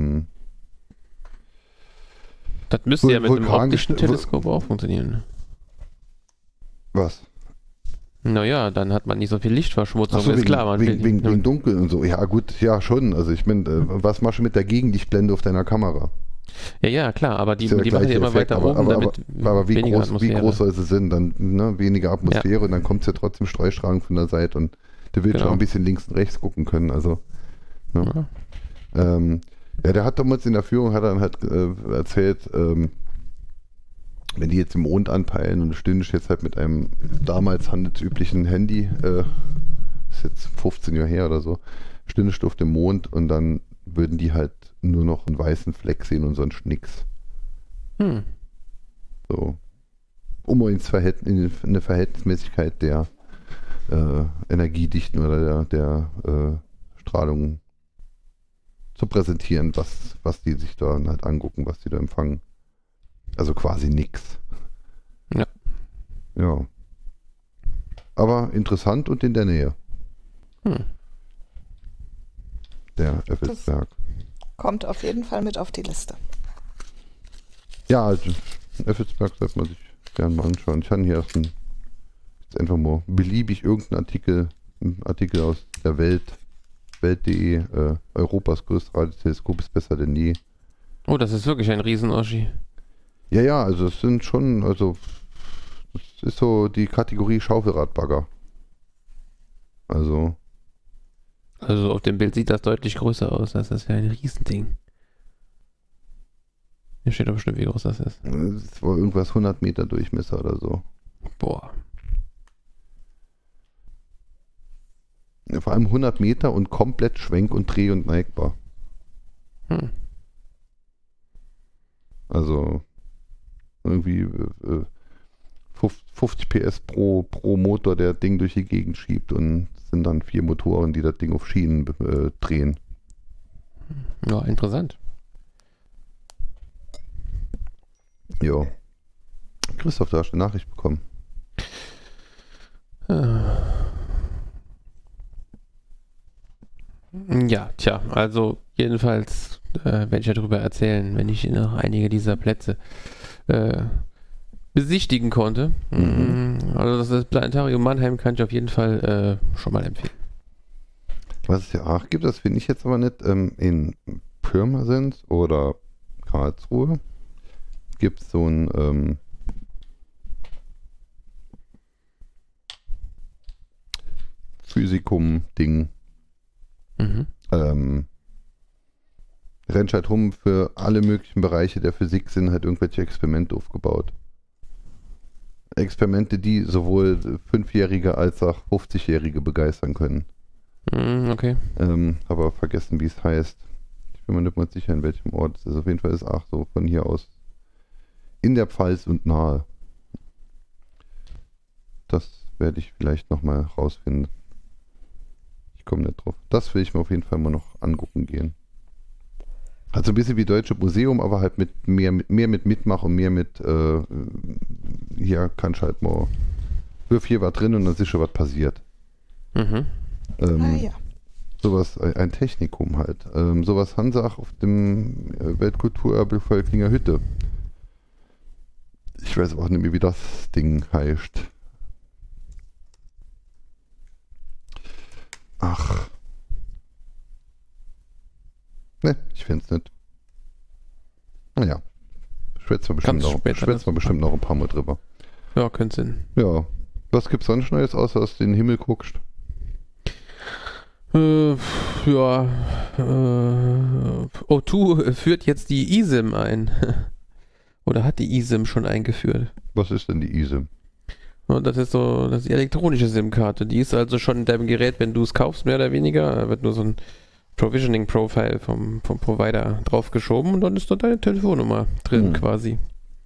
Das müsste ja mit einem Vulkan- optischen Teleskop auch funktionieren. Was? Naja, dann hat man nicht so viel Lichtverschmutzung. Achso, Ist klar, man will wegen Dunkel und so. Ja gut, ja schon. Also ich meine, was machst du mit der Gegenlichtblende auf deiner Kamera? Ja, klar, aber die Ist ja der machen ja gleiche immer Effekt, weiter oben, damit aber wie weniger groß Atmosphäre. soll sie sind? Dann weniger Atmosphäre und dann kommt es ja trotzdem Streustrahlung von der Seite und du willst Genau. schon ein bisschen links und rechts gucken können. Also, ne? Ja. Ja, der hat damals in der Führung hat dann halt erzählt, wenn die jetzt im Mond anpeilen und du stündest jetzt halt mit einem damals handelsüblichen Handy, ist jetzt 15 Jahre her oder so, stündest du auf dem Mond und dann würden die halt nur noch einen weißen Fleck sehen und sonst nix. So. Um mal in eine Verhältnismäßigkeit der Energiedichten oder der Strahlung zu präsentieren, was die sich da halt angucken, was die da empfangen. Also quasi nix. Ja. Ja. Aber interessant und in der Nähe. Der Effelsberg. Kommt auf jeden Fall mit auf die Liste. Ja, also Effelsberg sollte man sich gerne mal anschauen. Ich habe hier erst jetzt einfach mal beliebig irgendeinen Artikel aus der Welt.de, Europas größtes Radioteleskop ist besser denn je. Oh, das ist wirklich ein Riesen-Oschi. Ja, also es sind schon, also das ist so die Kategorie Schaufelradbagger. Also Also auf dem Bild sieht das deutlich größer aus. Das ist ja ein Riesending. Hier steht doch bestimmt, wie groß das ist. es war irgendwas 100 Meter Durchmesser oder so. Boah. Ja, vor allem 100 Meter und komplett schwenk- und dreh- und neigbar. Also irgendwie 50 PS pro Motor, der das Ding durch die Gegend schiebt und es sind dann 4 Motoren, die das Ding auf Schienen drehen. Ja, interessant. Ja. Christoph, du hast eine Nachricht bekommen. Ja, tja, also jedenfalls werde ich ja darüber erzählen, wenn ich noch einige dieser Plätze besichtigen konnte. Also das Planetarium Mannheim kann ich auf jeden Fall schon mal empfehlen. Was es ja auch gibt, das finde ich jetzt aber nicht, in Pirmasens oder Karlsruhe gibt es so ein Physikum-Ding. Rennt halt rum, für alle möglichen Bereiche der Physik sind halt irgendwelche Experimente aufgebaut. Experimente, die sowohl 5-Jährige als auch 50-Jährige begeistern können. Okay. Aber vergessen, wie es heißt. Ich bin mir nicht mal sicher, in welchem Ort es ist. Auf jeden Fall ist Ach so von hier aus in der Pfalz und nahe. Das werde ich vielleicht nochmal rausfinden. Ich komme nicht drauf. Das will ich mir auf jeden Fall mal noch angucken gehen. Also ein bisschen wie Deutsche Museum, aber halt mit mehr mit Mitmach und mehr mit hier kannst halt mal wirf hier was drin und dann ist schon was passiert. Mhm. Ja. Sowas, ein Technikum halt. Sowas haben sie auch auf dem Weltkulturerbe Völklinger Hütte. Ich weiß auch nicht mehr, wie das Ding heißt. Ach. Ne, ich finde es nicht. Naja. Schwätzen wir bestimmt noch ein paar Mal drüber. Ja, könnte Sinn. Ja. Was gibt's sonst Neues, außer dass du in den Himmel guckst? O2 führt jetzt die eSIM ein. Oder hat die eSIM schon eingeführt? Was ist denn die eSIM? Und das ist die elektronische SIM-Karte. Die ist also schon in deinem Gerät, wenn du es kaufst, mehr oder weniger. Da wird nur so ein Provisioning-Profile vom Provider draufgeschoben und dann ist dort deine Telefonnummer drin quasi.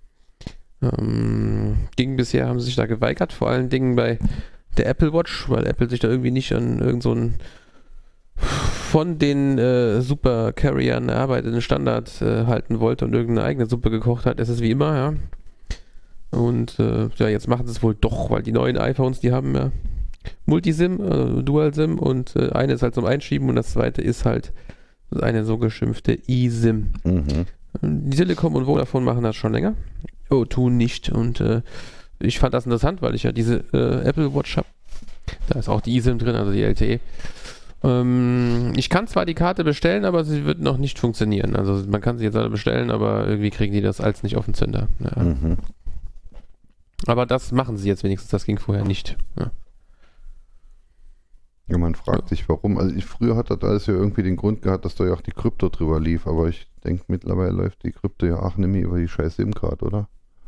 Bisher haben sie sich da geweigert, vor allen Dingen bei der Apple Watch, weil Apple sich da irgendwie nicht an irgend so einen von den Super-Carriern erarbeiteten Standard halten wollte und irgendeine eigene Suppe gekocht hat. Es ist wie immer, ja. Und jetzt machen sie es wohl doch, weil die neuen iPhones, die haben ja Multisim, Dual-SIM und eine ist halt zum Einschieben und das zweite ist halt eine so geschimpfte eSIM. Die Telekom und Vodafone machen das schon länger. O2 nicht. Und ich fand das interessant, weil ich ja diese Apple Watch habe. Da ist auch die eSIM drin, also die LTE. Ich kann zwar die Karte bestellen, aber sie wird noch nicht funktionieren. Also man kann sie jetzt alle bestellen, aber irgendwie kriegen die das als nicht auf den Zünder. Ja. Aber das machen sie jetzt wenigstens, das ging vorher nicht. Ja. Ja, man fragt sich, warum. Also früher hat das alles ja irgendwie den Grund gehabt, dass da ja auch die Krypto drüber lief, aber ich denke, mittlerweile läuft die Krypto ja auch nicht mehr über die scheiß SIM-Card, oder?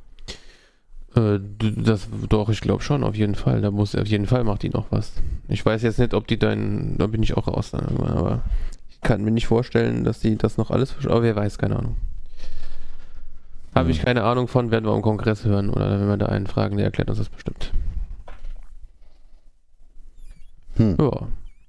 Doch, ich glaube schon, auf jeden Fall. Auf jeden Fall macht die noch was. Ich weiß jetzt nicht, ob die da bin ich auch raus dann irgendwann, aber ich kann mir nicht vorstellen, dass die das noch alles, aber wer weiß, keine Ahnung. Habe ich keine Ahnung von, werden wir im Kongress hören oder wenn wir da einen fragen, der erklärt uns das bestimmt. Ja.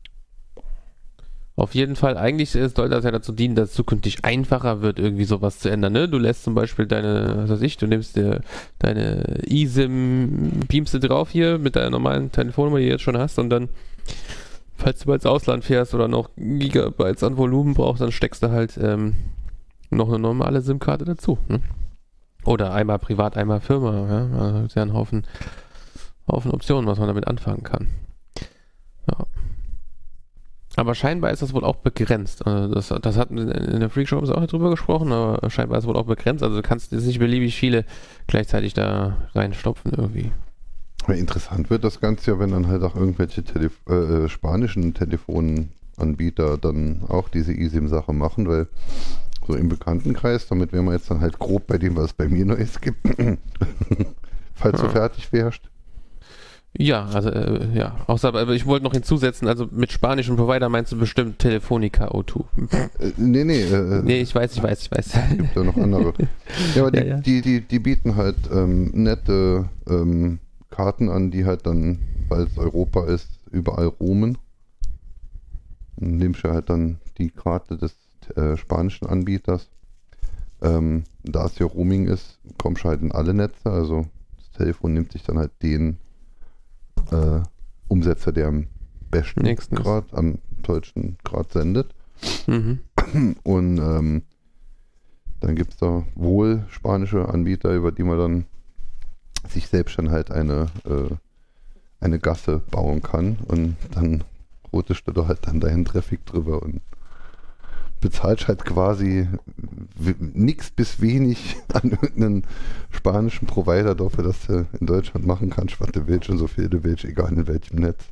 Auf jeden Fall, eigentlich soll das ja dazu dienen, dass es zukünftig einfacher wird, irgendwie sowas zu ändern. Ne? Du lässt zum Beispiel du nimmst dir deine eSIM, beamst du drauf hier mit deiner normalen Telefonnummer, die du jetzt schon hast und dann, falls du mal ins Ausland fährst oder noch Gigabytes an Volumen brauchst, dann steckst du halt noch eine normale SIM-Karte dazu. Ne? Oder einmal privat, einmal Firma. Ja? Also ist ja ein Haufen Optionen, was man damit anfangen kann. Ja. Aber scheinbar ist das wohl auch begrenzt. Also das hatten wir in der Freakshow auch nicht drüber gesprochen, aber scheinbar ist es wohl auch begrenzt. Also du kannst jetzt nicht beliebig viele gleichzeitig da reinstopfen irgendwie. Ja, interessant wird das Ganze ja, wenn dann halt auch irgendwelche spanischen Telefonanbieter dann auch diese eSIM-Sache machen, weil so im Bekanntenkreis, damit wären wir jetzt dann halt grob bei dem, was es bei mir Neues gibt, falls du fertig wärst. Ja, also aber ich wollte noch hinzusetzen, also mit spanischen Provider meinst du bestimmt Telefonica O2. Nee, ich weiß. Gibt ja noch andere. Ja, aber die bieten halt nette Karten an, die halt dann, weil es Europa ist, überall roamen. Dann nimmst du halt dann die Karte des spanischen Anbieters. Da es ja Roaming ist, kommst du halt in alle Netze, also das Telefon nimmt sich dann halt den Umsetzer, der am besten Grad, am deutschen Grad sendet. Und dann gibt es da wohl spanische Anbieter, über die man dann sich selbst dann halt eine Gasse bauen kann und dann rotest du da halt dann deinen Traffic drüber und bezahlst halt quasi nichts bis wenig an irgendeinen spanischen Provider dafür, dass du in Deutschland machen kannst, was du willst und so viel du willst, egal in welchem Netz.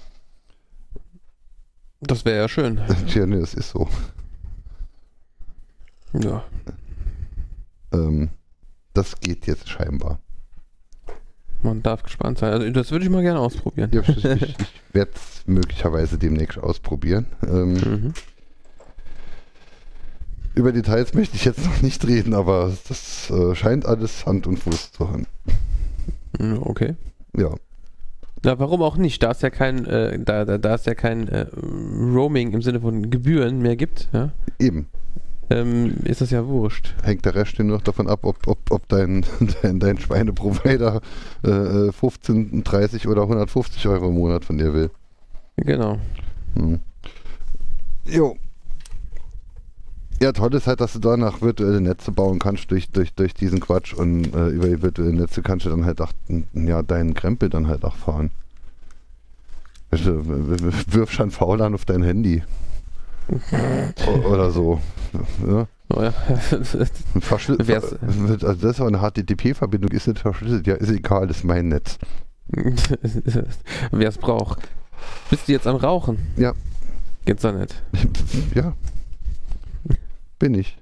Das wäre ja schön. Tja, nee, das ist so. Ja. Das geht jetzt scheinbar. Man darf gespannt sein. Also das würde ich mal gerne ausprobieren. Ja, ich werde es möglicherweise demnächst ausprobieren. Über Details möchte ich jetzt noch nicht reden, aber das scheint alles Hand und Fuß zu haben. Okay. Ja. Ja, warum auch nicht? Da es ja kein, Roaming im Sinne von Gebühren mehr gibt, ja, Eben. ist das ja wurscht. Hängt der Rest nur noch davon ab, ob dein Schweineprovider 15, 30 oder 150 Euro im Monat von dir will. Genau. Jo. Ja, toll ist halt, dass du danach virtuelle Netze bauen kannst durch diesen Quatsch und über die virtuellen Netze kannst du dann halt auch deinen Krempel dann halt auch fahren. Weißt du, wirf schon faul an auf dein Handy. Oder so. Ja. Oh ja. Also das ist aber eine HTTP-Verbindung, ist nicht verschlüsselt. Ja, ist egal, das ist mein Netz. Wer es braucht. Bist du jetzt am Rauchen? Ja. Geht's da nicht? Ja. Bin ich.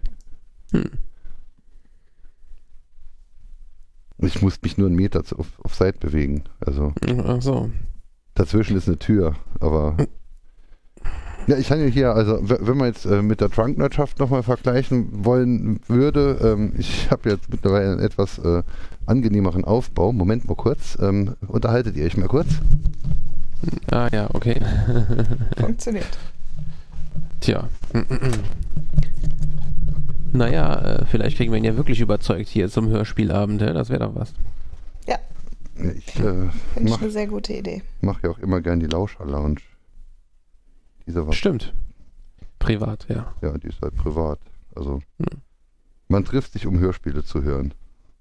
Ich muss mich nur einen Meter auf Seite bewegen. Also Ach so. dazwischen ist eine Tür, aber ja, ich kann ja hier, also wenn man jetzt mit der Trunknerdschafft nochmal vergleichen wollen würde, ich habe jetzt mittlerweile einen etwas angenehmeren Aufbau. Moment mal kurz, unterhaltet ihr euch mal kurz? Ah ja, okay. Funktioniert. Tja. Naja, vielleicht kriegen wir ihn ja wirklich überzeugt hier zum Hörspielabend, ja? Das wäre doch was. Ja, Ich finde ich eine sehr gute Idee. mache ja auch immer gern die Lauscher-Lounge. Diese was. Stimmt. Privat, ja. Ja, die ist halt privat. Also man trifft sich, um Hörspiele zu hören.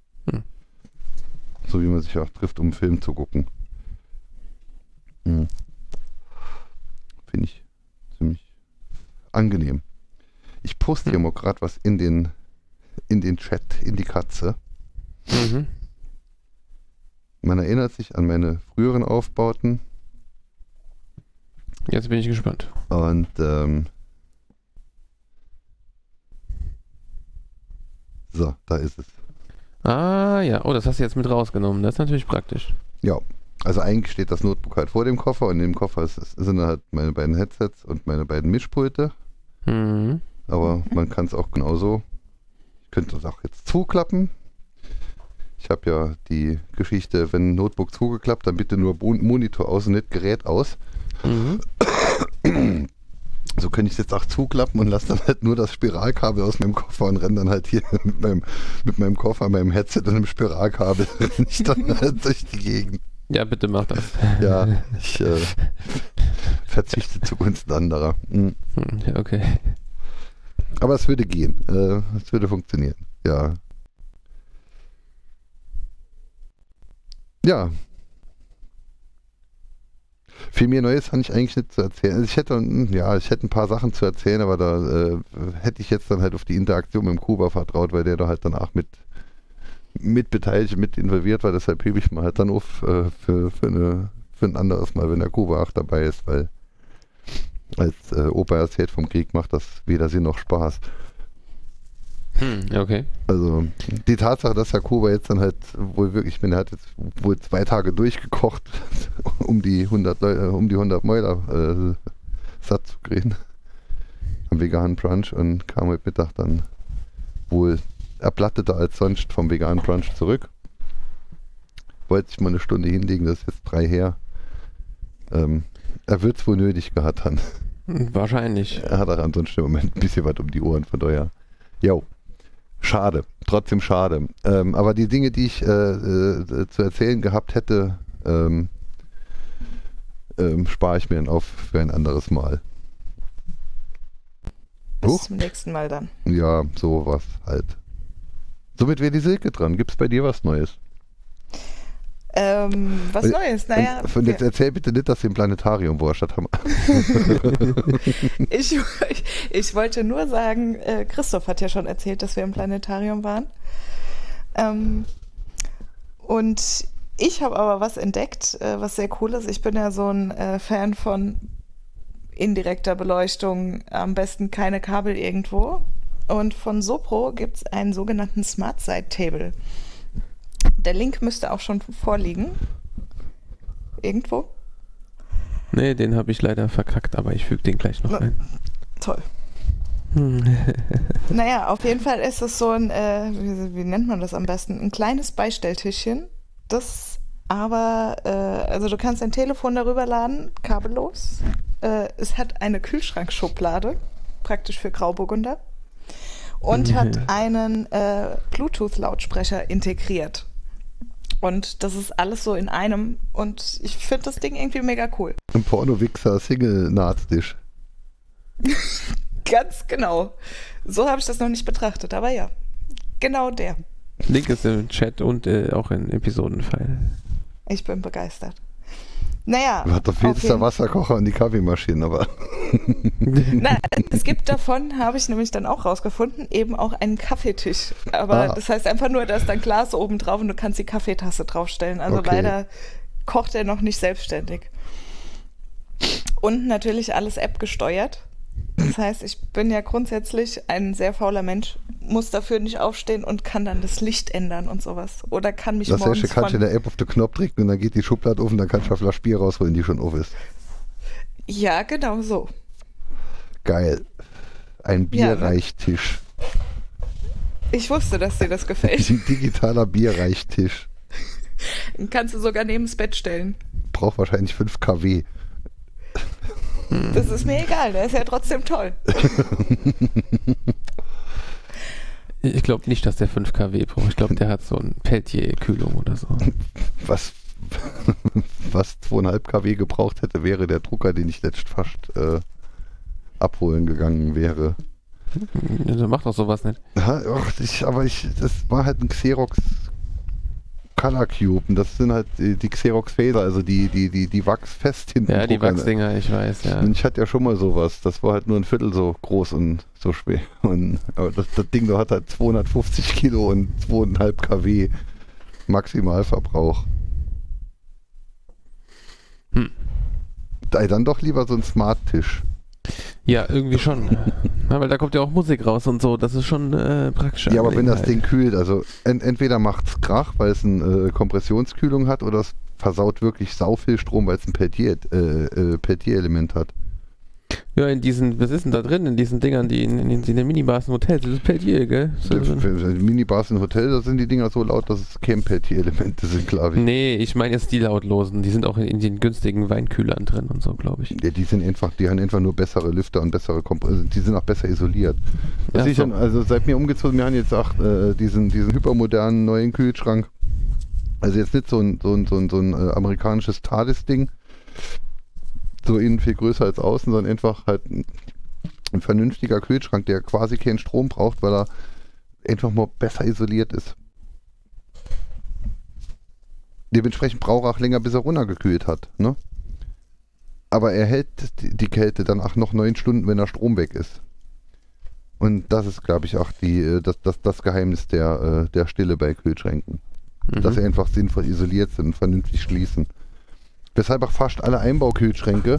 So wie man sich auch trifft, um einen Film zu gucken. Finde ich ziemlich angenehm. Ich poste hier mal gerade was in den Chat, in die Katze. Man erinnert sich an meine früheren Aufbauten. Jetzt bin ich gespannt. Und so, da ist es. Ah ja, oh, das hast du jetzt mit rausgenommen. Das ist natürlich praktisch. Ja, also eigentlich steht das Notebook halt vor dem Koffer und in dem Koffer sind halt meine beiden Headsets und meine beiden Mischpulte. Aber man kann es auch genauso, ich könnte das auch jetzt zuklappen. Ich habe ja die Geschichte, wenn ein Notebook zugeklappt, dann bitte nur Monitor aus und nicht Gerät aus. So könnte ich es jetzt auch zuklappen und lasse dann halt nur das Spiralkabel aus meinem Koffer und renne dann halt hier mit meinem Koffer, meinem Headset und einem Spiralkabel renne ich dann halt durch die Gegend. Ja, bitte mach das. Ja, ich verzichte zugunsten anderer. Ja, okay. Aber es würde gehen. Es würde funktionieren. Ja. Ja. Viel mehr Neues habe ich eigentlich nicht zu erzählen. Also ich hätte ein paar Sachen zu erzählen, aber da hätte ich jetzt dann halt auf die Interaktion mit dem Kuba vertraut, weil der da halt dann auch mit beteiligt, mit involviert war. Deshalb hebe ich mal halt dann auf für ein anderes Mal, wenn der Kuba auch dabei ist, weil als Opa erzählt vom Krieg macht das weder Sinn noch Spaß. Okay. Also die Tatsache, dass Herr Kuba jetzt dann halt wohl wirklich, ich meine, er hat jetzt wohl 2 Tage durchgekocht, um die 100 Mäuler satt zu kriegen am veganen Brunch und kam heute Mittag dann wohl erblatteter als sonst vom veganen Brunch zurück. Wollte sich mal eine Stunde hinlegen, das ist jetzt 3 her. Er wird es wohl nötig gehabt haben. Wahrscheinlich. Er hat auch ansonsten im Moment ein bisschen was um die Ohren, von daher. Jo. Schade, trotzdem schade. Aber die Dinge, die ich zu erzählen gehabt hätte, spare ich mir dann auf für ein anderes Mal. Bis zum nächsten Mal dann. Ja, sowas halt. Somit wäre die Silke dran. Gibt es bei dir was Neues? Was Neues? Naja. Und jetzt erzähl bitte nicht, dass wir im Planetarium Vorstadt haben. Ich wollte nur sagen, Christoph hat ja schon erzählt, dass wir im Planetarium waren. Und ich habe aber was entdeckt, was sehr cool ist. Ich bin ja so ein Fan von indirekter Beleuchtung, am besten keine Kabel irgendwo. Und von Sopro gibt es einen sogenannten Smart Side Table. Der Link müsste auch schon vorliegen. Irgendwo. Nee, den habe ich leider verkackt, aber ich füge den gleich noch ein. Toll. Naja, auf jeden Fall ist es so ein, wie nennt man das am besten? Ein kleines Beistelltischchen, das aber, also du kannst dein Telefon darüber laden, kabellos. Es hat eine Kühlschrankschublade, praktisch für Grauburgunder, und hat einen Bluetooth-Lautsprecher integriert. Und das ist alles so in einem, und ich finde das Ding irgendwie mega cool. Ein Porno-Wichser-Single-Nahtstisch. Ganz genau. So habe ich das noch nicht betrachtet, aber ja, genau der. Link ist im Chat und auch in Episodenfile. Ich bin begeistert. Naja. Da fehlt jetzt der Wasserkocher und die Kaffeemaschine, aber. Na, es gibt davon, habe ich nämlich dann auch rausgefunden, eben auch einen Kaffeetisch. Aber das heißt einfach nur, da ist dann Glas oben drauf und du kannst die Kaffeetasse draufstellen. Also leider kocht er noch nicht selbstständig. Und natürlich alles App gesteuert. Das heißt, ich bin ja grundsätzlich ein sehr fauler Mensch, muss dafür nicht aufstehen und kann dann das Licht ändern und sowas. Oder kann mich morgens Das kannst du in der App auf den Knopf drücken und dann geht die Schublade auf und dann kannst du eine Flasche Bier rausholen, die schon auf ist. Ja, genau so. Geil. Ein Bierreichtisch. Ich wusste, dass dir das gefällt. Ein digitaler Bierreichtisch. Den kannst du sogar neben das Bett stellen. Braucht wahrscheinlich 5 kW. Das ist mir egal, der ist ja trotzdem toll. Ich glaube nicht, dass der 5 kW braucht. Ich glaube, der hat so eine Peltier-Kühlung oder so. Was 2,5 kW gebraucht hätte, wäre der Drucker, den ich letzt fast abholen gegangen wäre. Der macht doch sowas nicht. Ja, das war halt ein Xerox Color Cube und das sind halt die Xerox Phaser, also die wachsfest hinten. Ja, die Wachsdinger, ich weiß, ja. Und ich hatte ja schon mal sowas, das war halt nur ein Viertel so groß und so schwer. Aber das Ding da hat halt 250 Kilo und 2,5 kW Maximalverbrauch. Dann doch lieber so ein Smart-Tisch. Ja, irgendwie schon. Ja, weil da kommt ja auch Musik raus und so, das ist schon praktisch. Ja, aber wenn das Ding kühlt, also entweder macht es Krach, weil es eine Kompressionskühlung hat, oder es versaut wirklich sau viel Strom, weil es ein Peltier-Element hat. Ja, in diesen, was ist denn da drin, in diesen Dingern, die in den Minibars im Hotel, das ist Peltier, gell? Minibars im Hotel, da sind die Dinger so laut, dass es kein Peltier-Elemente sind, glaube ich. Nee, ich meine jetzt die lautlosen, die sind auch in den günstigen Weinkühlern drin und so, glaube ich. Ja, die haben einfach nur bessere Lüfter und bessere die sind auch besser isoliert. Ja, also seit mir umgezogen, wir haben jetzt auch diesen hypermodernen neuen Kühlschrank. Also jetzt nicht so ein amerikanisches TARDIS-Ding, so innen viel größer als außen, sondern einfach halt ein vernünftiger Kühlschrank, der quasi keinen Strom braucht, weil er einfach mal besser isoliert ist. Dementsprechend braucht er auch länger, bis er runtergekühlt hat, ne? Aber er hält die Kälte dann auch noch 9 Stunden, wenn der Strom weg ist. Und das ist, glaube ich, auch das Geheimnis der Stille bei Kühlschränken. Dass sie einfach sinnvoll isoliert sind und vernünftig schließen. Weshalb auch fast alle Einbaukühlschränke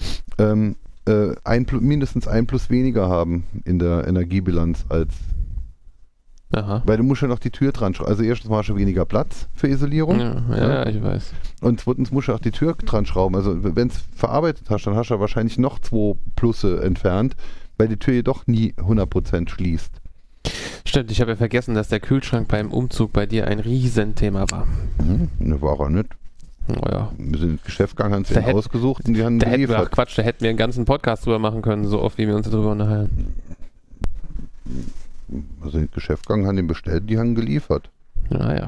mindestens 1 plus weniger haben in der Energiebilanz als. Aha. Weil du musst ja noch die Tür dran schrauben. Also erstens mal schon weniger Platz für Isolierung. Ja, ich weiß. Und zweitens musst du auch die Tür dran schrauben. Also wenn es verarbeitet hast, dann hast du ja wahrscheinlich noch 2 Plusse entfernt, weil die Tür jedoch nie 100% schließt. Stimmt, ich habe ja vergessen, dass der Kühlschrank beim Umzug bei dir ein Riesenthema war. Ne, war er nicht. Oh ja. Wir sind ins Geschäft gegangen, haben sie ihn ausgesucht und die haben geliefert. Quatsch, da hätten wir einen ganzen Podcast drüber machen können, so oft wie wir uns darüber unterhalten. Also ins Geschäft gegangen, haben den bestellt, die haben geliefert. Naja.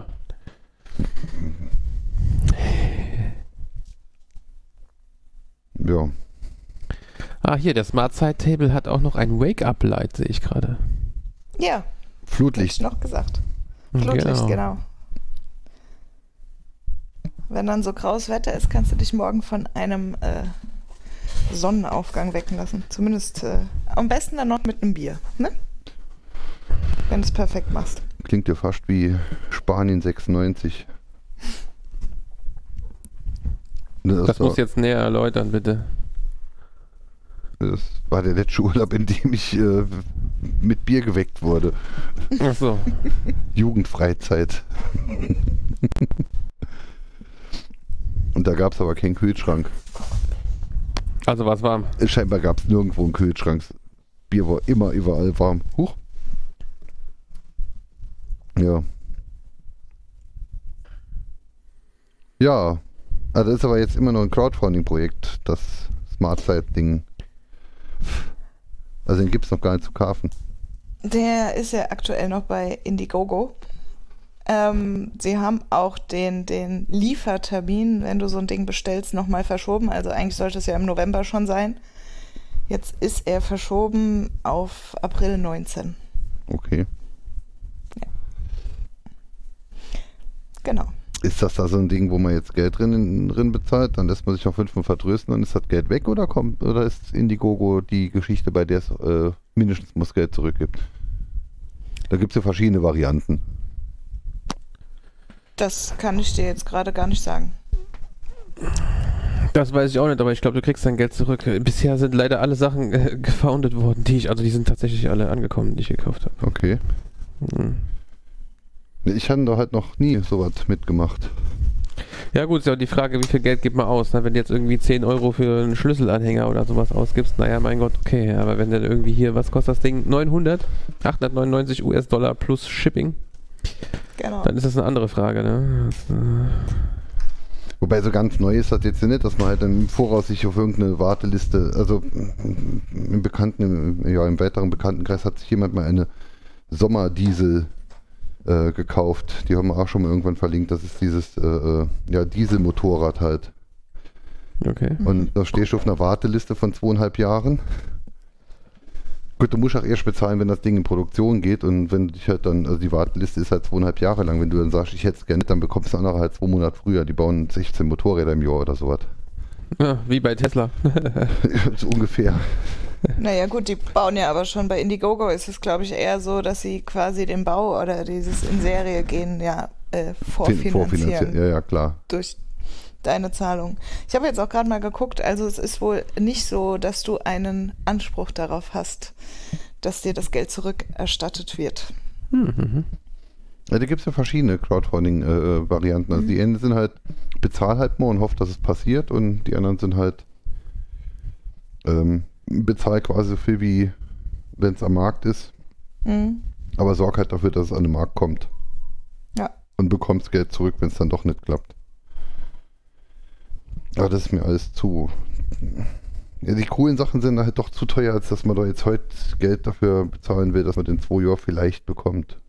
Ja. Ah, hier, der Smart Side Table hat auch noch ein Wake-Up-Light, sehe ich gerade. Ja. Flutlicht. Hab ich noch gesagt. Flutlicht, genau. Wenn dann so graues Wetter ist, kannst du dich morgen von einem Sonnenaufgang wecken lassen. Zumindest am besten dann noch mit einem Bier, ne? Wenn du es perfekt machst. Klingt ja fast wie Spanien 96. Das muss jetzt näher erläutern, bitte. Das war der letzte Urlaub, in dem ich mit Bier geweckt wurde. Ach so. Jugendfreizeit. Und da gab es aber keinen Kühlschrank. Also war es warm. Scheinbar gab es nirgendwo einen Kühlschrank. Bier war immer überall warm. Huch. Ja. Ja. Also das ist aber jetzt immer noch ein Crowdfunding-Projekt, das SmartSight-Ding. Also den gibt es noch gar nicht zu kaufen. Der ist ja aktuell noch bei Indiegogo. Sie haben auch den Liefertermin, wenn du so ein Ding bestellst, nochmal verschoben. Also eigentlich sollte es ja im November schon sein. Jetzt ist er verschoben auf April 19. Okay. Genau. Ist das da so ein Ding, wo man jetzt Geld drin bezahlt? Dann lässt man sich noch 5 vertrösten, dann ist das Geld weg oder ist Indiegogo die Geschichte, bei der es mindestens muss Geld zurückgibt? Da gibt es ja verschiedene Varianten. Das kann ich dir jetzt gerade gar nicht sagen. Das weiß ich auch nicht, aber ich glaube, du kriegst dein Geld zurück. Bisher sind leider alle Sachen gefoundet worden, die sind tatsächlich alle angekommen, die ich gekauft habe. Okay. Ich hatte da halt noch nie sowas mitgemacht. Ja gut, ist ja auch die Frage, wie viel Geld gibt man aus. Ne? Wenn du jetzt irgendwie 10 Euro für einen Schlüsselanhänger oder sowas ausgibst, naja, mein Gott, okay. Aber wenn dann irgendwie hier, was kostet das Ding? 899 US-Dollar plus Shipping. Genau. Dann ist das eine andere Frage, ne? Wobei so ganz neu ist das jetzt nicht, dass man halt im Voraus sich auf irgendeine Warteliste, also im weiteren Bekanntenkreis hat sich jemand mal eine Sommerdiesel gekauft. Die haben wir auch schon mal irgendwann verlinkt. Das ist dieses Dieselmotorrad halt. Okay. Und da stehst du auf einer Warteliste von 2,5 Jahren. Gut, du musst auch erst bezahlen, wenn das Ding in Produktion geht und wenn du dich halt dann, also die Warteliste ist halt 2,5 Jahre lang, wenn du dann sagst, ich hätte es gerne, dann bekommst du andere halt 2 Monate früher. Die bauen 16 Motorräder im Jahr oder sowas. Ja, wie bei Tesla. So ungefähr. Naja gut, die bauen ja aber schon bei Indiegogo ist es, glaube ich, eher so, dass sie quasi den Bau oder dieses in Serie gehen vorfinanzieren. Ja, klar. Durch deine Zahlung. Ich habe jetzt auch gerade mal geguckt, also es ist wohl nicht so, dass du einen Anspruch darauf hast, dass dir das Geld zurückerstattet wird. Ja, da gibt es ja verschiedene Crowdfunding-Varianten. Also die einen sind halt, bezahl halt mal und hoff, dass es passiert und die anderen sind halt bezahl quasi so viel wie wenn es am Markt ist, aber sorg halt dafür, dass es an den Markt kommt. Ja. Und bekommst Geld zurück, wenn es dann doch nicht klappt. Aber das ist mir alles zu... Ja, die coolen Sachen sind halt doch zu teuer, als dass man da jetzt heute Geld dafür bezahlen will, dass man den 2 Jahren vielleicht bekommt.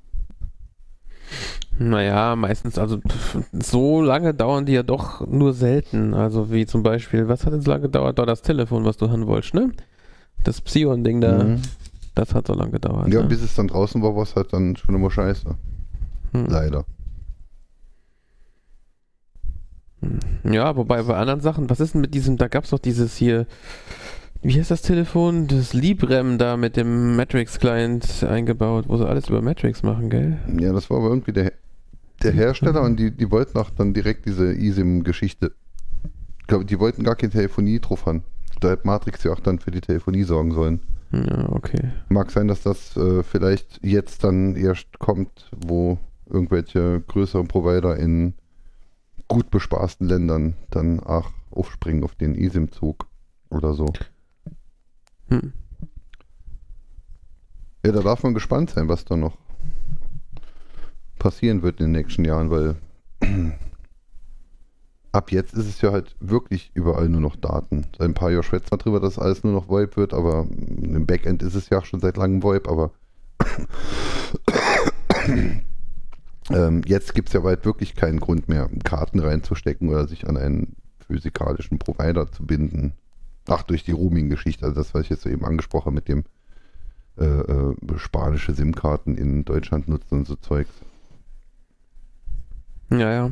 Naja, meistens, also so lange dauern die ja doch nur selten. Also wie zum Beispiel, was hat denn so lange gedauert? Da das Telefon, was du haben wolltest, ne? Das Psion-Ding da, das hat so lange gedauert. Ja, ne? bis es dann draußen war, war es halt dann schon immer scheiße. Leider. Ja, wobei bei anderen Sachen, was ist denn mit diesem, da gab es doch dieses hier, wie heißt das Telefon? Das Librem da mit dem Matrix-Client eingebaut, wo sie alles über Matrix machen, gell? Ja, das war aber irgendwie der Hersteller und die wollten auch dann direkt diese eSIM-Geschichte. Ich glaube, die wollten gar keine Telefonie drauf haben. Da hat Matrix ja auch dann für die Telefonie sorgen sollen. Ja, okay. Mag sein, dass das vielleicht jetzt dann erst kommt, wo irgendwelche größeren Provider in gut bespaßten Ländern dann auch aufspringen auf den eSIM-Zug oder so. Ja, da darf man gespannt sein, was da noch passieren wird in den nächsten Jahren, weil ab jetzt ist es ja halt wirklich überall nur noch Daten. Seit ein paar Jahren schwätzt man drüber, dass alles nur noch VoIP wird, aber im Backend ist es ja schon seit langem VoIP, aber jetzt gibt es ja bald wirklich keinen Grund mehr, Karten reinzustecken oder sich an einen physikalischen Provider zu binden. Ach, durch die Roaming-Geschichte, also das, was ich jetzt so eben angesprochen habe, mit dem spanische SIM-Karten in Deutschland nutzen und so Zeugs. Ja.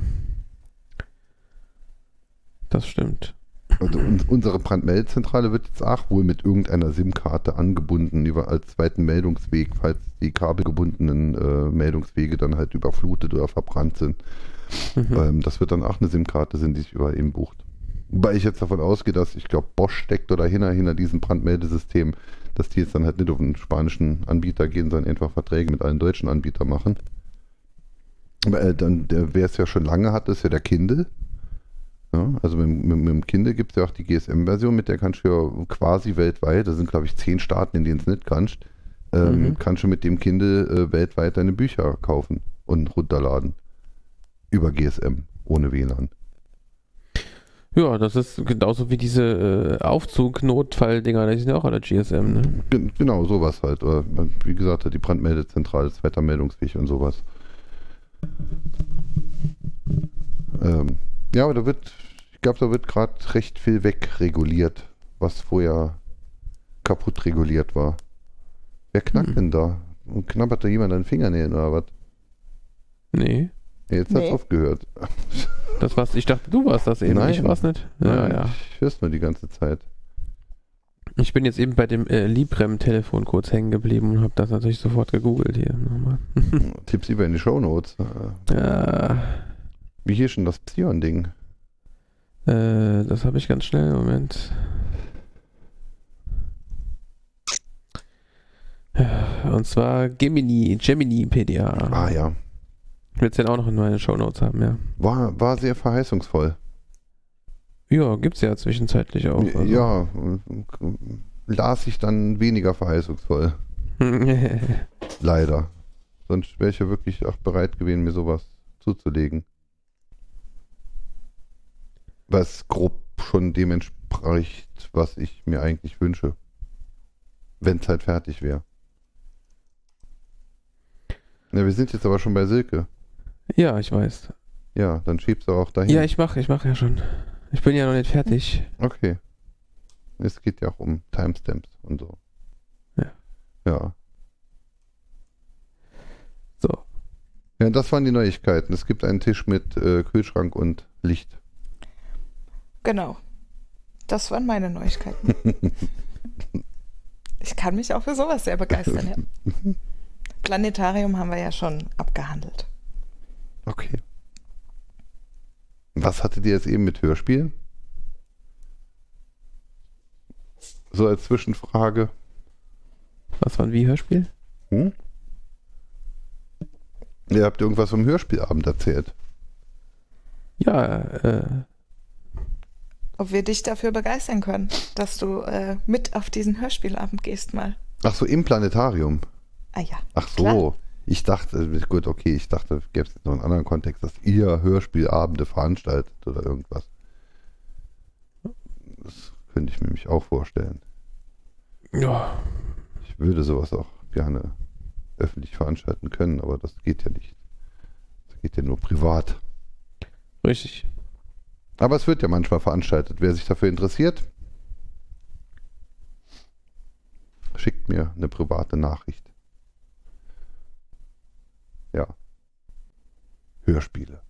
Das stimmt. Also unsere Brandmeldezentrale wird jetzt auch wohl mit irgendeiner SIM-Karte angebunden als zweiten Meldungsweg, falls die kabelgebundenen Meldungswege dann halt überflutet oder verbrannt sind. Das wird dann auch eine SIM-Karte sein, die sich überall eben bucht. Wobei ich jetzt davon ausgehe, dass ich glaube, Bosch steckt oder hinter diesem Brandmeldesystem, dass die jetzt dann halt nicht auf einen spanischen Anbieter gehen, sondern einfach Verträge mit allen deutschen Anbietern machen. Wer es ja schon lange hat, ist ja der Kindle. Ja, also mit dem Kindle gibt es ja auch die GSM-Version, mit der kannst du ja quasi weltweit, da sind glaube ich 10 Staaten, in denen es nicht kannst, kannst du mit dem Kindle weltweit deine Bücher kaufen und runterladen. Über GSM, ohne WLAN. Ja, das ist genauso wie diese Aufzug-Notfall-Dinger, die sind ja auch alle GSM, ne? Genau, sowas halt. Oder, wie gesagt, die Brandmeldezentrale, das Wettermeldungsfähig und sowas. Ja, aber ich glaube, da wird gerade recht viel wegreguliert, was vorher kaputt reguliert war. Wer knackt denn da? Und knabbert da jemand an den Fingernägeln oder was? Nee. Jetzt hat's aufgehört. Das war's, ich dachte, du warst das eben. Nein. Ich war's nicht. Ja, Ja. ich hör's nur die ganze Zeit. Ich bin jetzt eben bei dem Librem-Telefon kurz hängen geblieben und habe das natürlich sofort gegoogelt hier nochmal. Tipps lieber in die Shownotes. Ja. Wie hier schon das Psion-Ding. Das habe ich ganz schnell. Moment. Und zwar Gemini PDA. Ah ja. Ich will es dann auch noch in meine Shownotes haben, ja. War sehr verheißungsvoll. Ja, gibt's ja zwischenzeitlich auch. Also. Ja, las ich dann weniger verheißungsvoll. Leider. Sonst wäre ich ja wirklich auch bereit gewesen, mir sowas zuzulegen. Was grob schon dem entspricht, was ich mir eigentlich wünsche. Wenn es halt fertig wäre. Ja, wir sind jetzt aber schon bei Silke. Ja, ich weiß. Ja, dann schiebst du auch dahin. Ja, ich mach ja schon. Ich bin ja noch nicht fertig. Okay. Es geht ja auch um Timestamps und so. Ja. Ja. So. Ja, das waren die Neuigkeiten. Es gibt einen Tisch mit Kühlschrank und Licht. Genau. Das waren meine Neuigkeiten. Ich kann mich auch für sowas sehr begeistern, ja. Planetarium haben wir ja schon abgehandelt. Okay. Was hattet ihr jetzt eben mit Hörspielen? So als Zwischenfrage. Was war ein Wie-Hörspiel? Hm? Ihr habt irgendwas vom Hörspielabend erzählt. Ja, Ob wir dich dafür begeistern können, dass du mit auf diesen Hörspielabend gehst mal. Ach so, im Planetarium. Ah ja. Ach so. Klar. Ich dachte, gut, okay, ich dachte, gäbe es jetzt noch einen anderen Kontext, dass ihr Hörspielabende veranstaltet oder irgendwas. Das könnte ich mir nämlich auch vorstellen. ja. Ich würde sowas auch gerne öffentlich veranstalten können, aber das geht ja nicht. Das geht ja nur privat. Richtig. Aber es wird ja manchmal veranstaltet. Wer sich dafür interessiert, schickt mir eine private Nachricht. Ja. Hörspiele.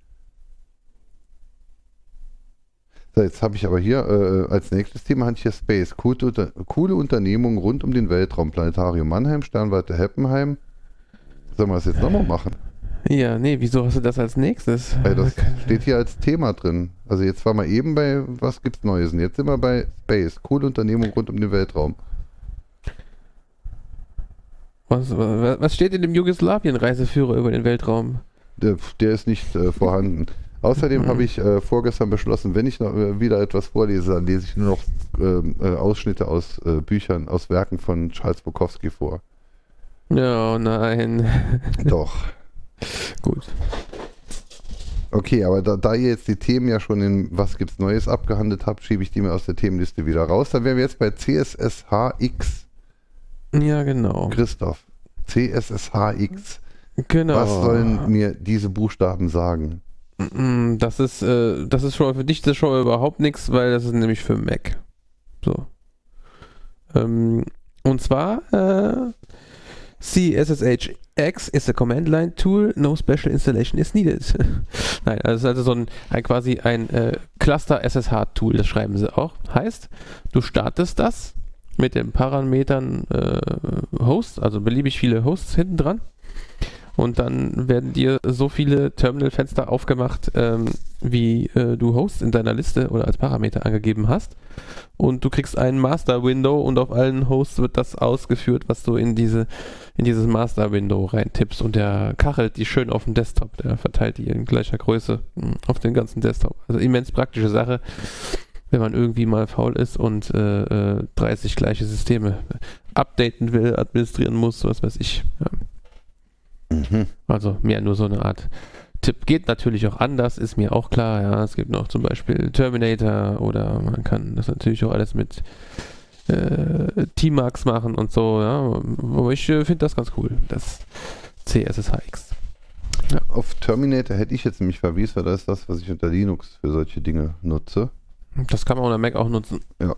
So, jetzt habe ich aber hier als nächstes Thema hatte ich hier Space. Coole Unternehmungen rund um den Weltraum. Planetarium Mannheim, Sternwarte Heppenheim. Sollen wir das jetzt nochmal machen? Ja, nee, wieso hast du das als nächstes? Das steht hier als Thema drin. Also jetzt waren wir eben bei, was gibt's Neues? Und jetzt sind wir bei Space. Coole Unternehmung rund um den Weltraum. Was steht in dem Jugoslawien-Reiseführer über den Weltraum? Der ist nicht vorhanden. Außerdem habe ich vorgestern beschlossen, wenn ich noch wieder etwas vorlese, dann lese ich nur noch Ausschnitte aus Büchern, aus Werken von Charles Bukowski vor. Ja, oh nein. Doch. Gut. Okay, aber da ihr jetzt die Themen ja schon in Was gibt's Neues abgehandelt habt, schiebe ich die mir aus der Themenliste wieder raus. Dann wären wir jetzt bei CSSHX. Ja, genau. Christoph, CSSHX. Genau. Was sollen mir diese Buchstaben sagen? Das ist schon mal für dich das schon mal überhaupt nichts, weil das ist nämlich für Mac. So. Und zwar CSSHX is a command line tool, no special installation is needed. Nein, das ist also so quasi ein Cluster SSH Tool, das schreiben sie auch. Heißt, du startest das mit den Parametern Host, also beliebig viele Hosts hinten dran. Und dann werden dir so viele Terminalfenster aufgemacht, wie du Hosts in deiner Liste oder als Parameter angegeben hast. Und du kriegst einen Master-Window und auf allen Hosts wird das ausgeführt, was du in diese in dieses Master-Window reintippst und der kachelt die schön auf dem Desktop. Der verteilt die in gleicher Größe auf den ganzen Desktop. Also immens praktische Sache, wenn man irgendwie mal faul ist und 30 gleiche Systeme updaten will, administrieren muss, was weiß ich. Ja. Also mehr nur so eine Art Tipp. Geht natürlich auch anders, ist mir auch klar. Ja, es gibt noch zum Beispiel Terminator oder man kann das natürlich auch alles mit Tmax machen und so. Ja. Aber ich finde das ganz cool, das CSSHX. Ja. Auf Terminator hätte ich jetzt nämlich verwiesen, weil das ist das, was ich unter Linux für solche Dinge nutze. Das kann man unter Mac auch nutzen. Ja.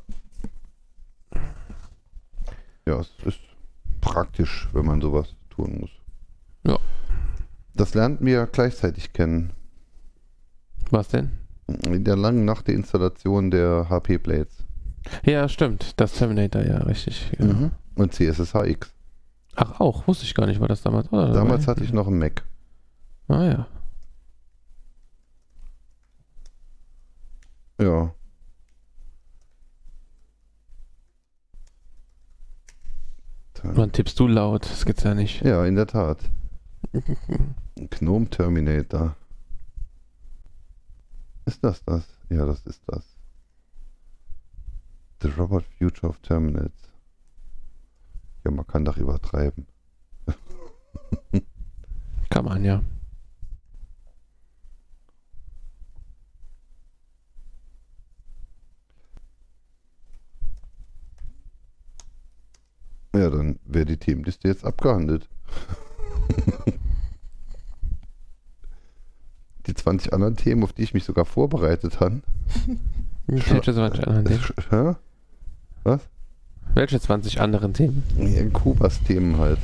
Ja, es ist praktisch, wenn man sowas tun muss. Ja. Das lernt wir gleichzeitig kennen. Was denn? In der langen Nacht der Installation der HP Blades. Ja, stimmt. Das Terminator, ja, richtig. Genau. Und CSSHX. Ach, auch. Wusste ich gar nicht, war das damals. Oder Damals dabei? hatte ich noch einen Mac. Ah, ja. Ja. Wann tippst du laut? Das gibt's ja nicht. Ja, in der Tat. Gnome Terminator. Ist das? Ja, das ist das. The Robot Future of Terminals. Ja, man kann doch übertreiben. Kann man, ja. Ja, dann wäre die Themenliste jetzt abgehandelt. Die 20 anderen Themen, auf die ich mich sogar vorbereitet habe. Welche 20 anderen Themen? Hä? Was? Welche 20 anderen Themen? Ja, Kubas Themen halt.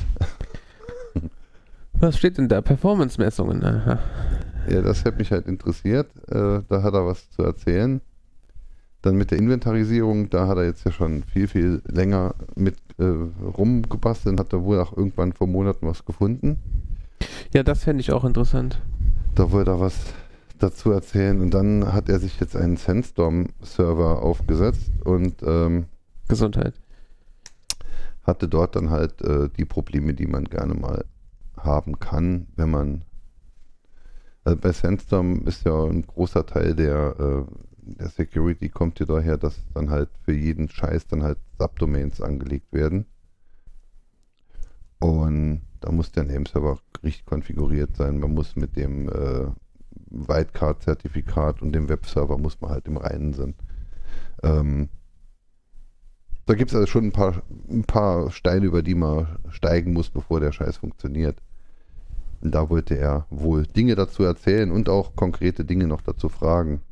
Was steht denn da? Performance-Messungen? Aha. Ja, das hätte mich halt interessiert. Da hat er was zu erzählen. Dann mit der Inventarisierung, da hat er jetzt ja schon viel, viel länger mit rumgebastelt und hat da wohl auch irgendwann vor Monaten was gefunden. Ja, das fände ich auch interessant. Da wollte er was dazu erzählen und dann hat er sich jetzt einen Sandstorm-Server aufgesetzt und Gesundheit. hatte dort dann halt die Probleme, die man gerne mal haben kann, wenn man bei Sandstorm ist ja ein großer Teil der Security kommt ja daher, dass dann halt für jeden Scheiß dann halt Subdomains angelegt werden. Und da muss der Nameserver richtig konfiguriert sein. Man muss mit dem Wildcard-Zertifikat und dem Webserver muss man halt im Reinen sein. Da gibt es also schon ein paar Steine, über die man steigen muss, bevor der Scheiß funktioniert. Und da wollte er wohl Dinge dazu erzählen und auch konkrete Dinge noch dazu fragen.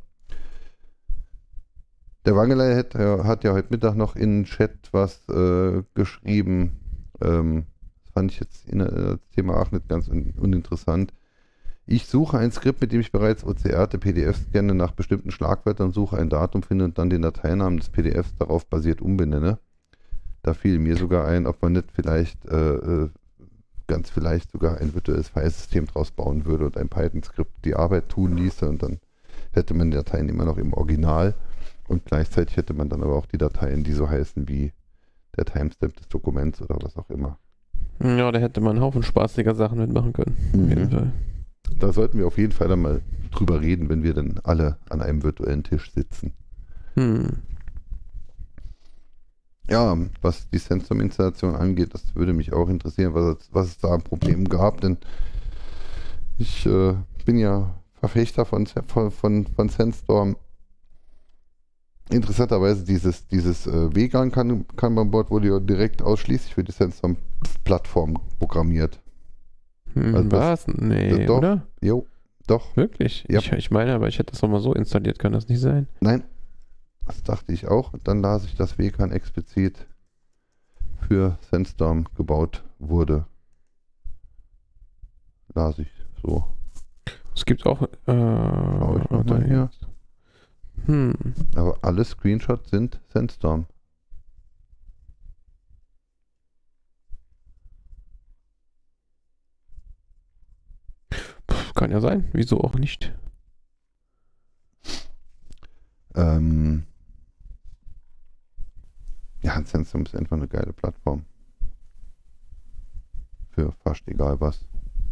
Der Wangelei hat ja heute Mittag noch in den Chat was geschrieben. Das fand ich jetzt in das Thema auch nicht ganz uninteressant. Ich suche ein Skript, mit dem ich bereits OCR-te PDFs scanne, nach bestimmten Schlagwörtern suche, ein Datum finde und dann den Dateinamen des PDFs darauf basiert umbenenne. Da fiel mir sogar ein, ob man nicht vielleicht ganz vielleicht sogar ein virtuelles Filesystem draus bauen würde und ein Python-Skript die Arbeit tun ließe und dann hätte man die Dateien immer noch im Original. Und gleichzeitig hätte man dann aber auch die Dateien, die so heißen wie der Timestamp des Dokuments oder was auch immer. Ja, da hätte man einen Haufen spaßiger Sachen mitmachen können. Auf jeden Fall. Da sollten wir auf jeden Fall dann mal drüber reden, wenn wir dann alle an einem virtuellen Tisch sitzen. Ja, was die Sandstorm-Installation angeht, das würde mich auch interessieren, was es da ein Problem gab, denn ich bin ja Verfechter von Sandstorm. Interessanterweise dieses WGAN-Kanban-Board wurde ja direkt ausschließlich für die Sandstorm-Plattform programmiert. Also was? Nee, doch, oder? Jo, doch. Wirklich? Ja. Ich meine, aber ich hätte das doch mal so installiert, kann das nicht sein? Nein, das dachte ich auch. Und dann las ich, dass WGAN explizit für Sandstorm gebaut wurde. Las ich so. Es gibt auch... Schau ich nochmal hier. Hm. Aber alle Screenshots sind Sandstorm. Kann ja sein. Wieso auch nicht? Ja, Sandstorm ist einfach eine geile Plattform. für fast egal was.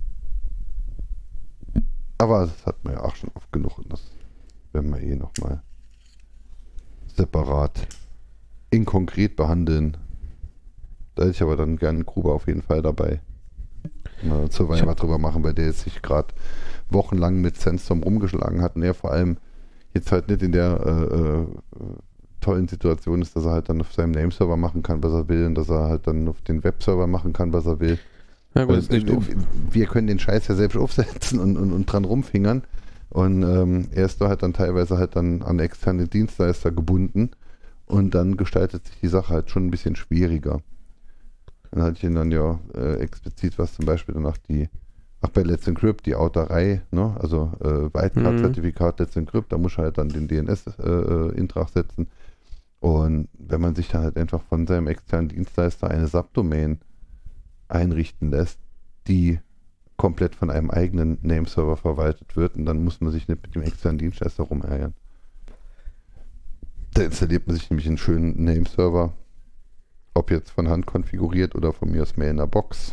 Aber das hat man ja auch schon oft genug und das werden wir nochmal separat konkret behandeln. Da hätte ich aber dann gerne Gruber auf jeden Fall dabei. Mal zur Weile drüber machen, weil der jetzt sich gerade wochenlang mit Sandstorm rumgeschlagen hat und er vor allem jetzt halt nicht in der tollen Situation ist, dass er halt dann auf seinem Nameserver machen kann, was er will und dass er halt dann auf den Webserver machen kann, was er will. Ja gut, ist nicht doof. Wir können den Scheiß ja selbst aufsetzen und dran rumfingern und er ist da halt dann teilweise halt dann an externe Dienstleister gebunden und dann gestaltet sich die Sache halt schon ein bisschen schwieriger. Dann hatte ich ihn dann ja explizit was zum Beispiel danach bei Let's Encrypt, die Outerei, ne? Also Wildcard-Zertifikat Let's Encrypt, da muss er halt dann den DNS-Intrag setzen. Und wenn man sich dann halt einfach von seinem externen Dienstleister eine Subdomain einrichten lässt, die komplett von einem eigenen Nameserver verwaltet wird, und dann muss man sich nicht mit dem externen Dienstleister rumärgern. Da installiert man sich nämlich einen schönen Nameserver, ob jetzt von Hand konfiguriert oder von mir aus mehr in der Box,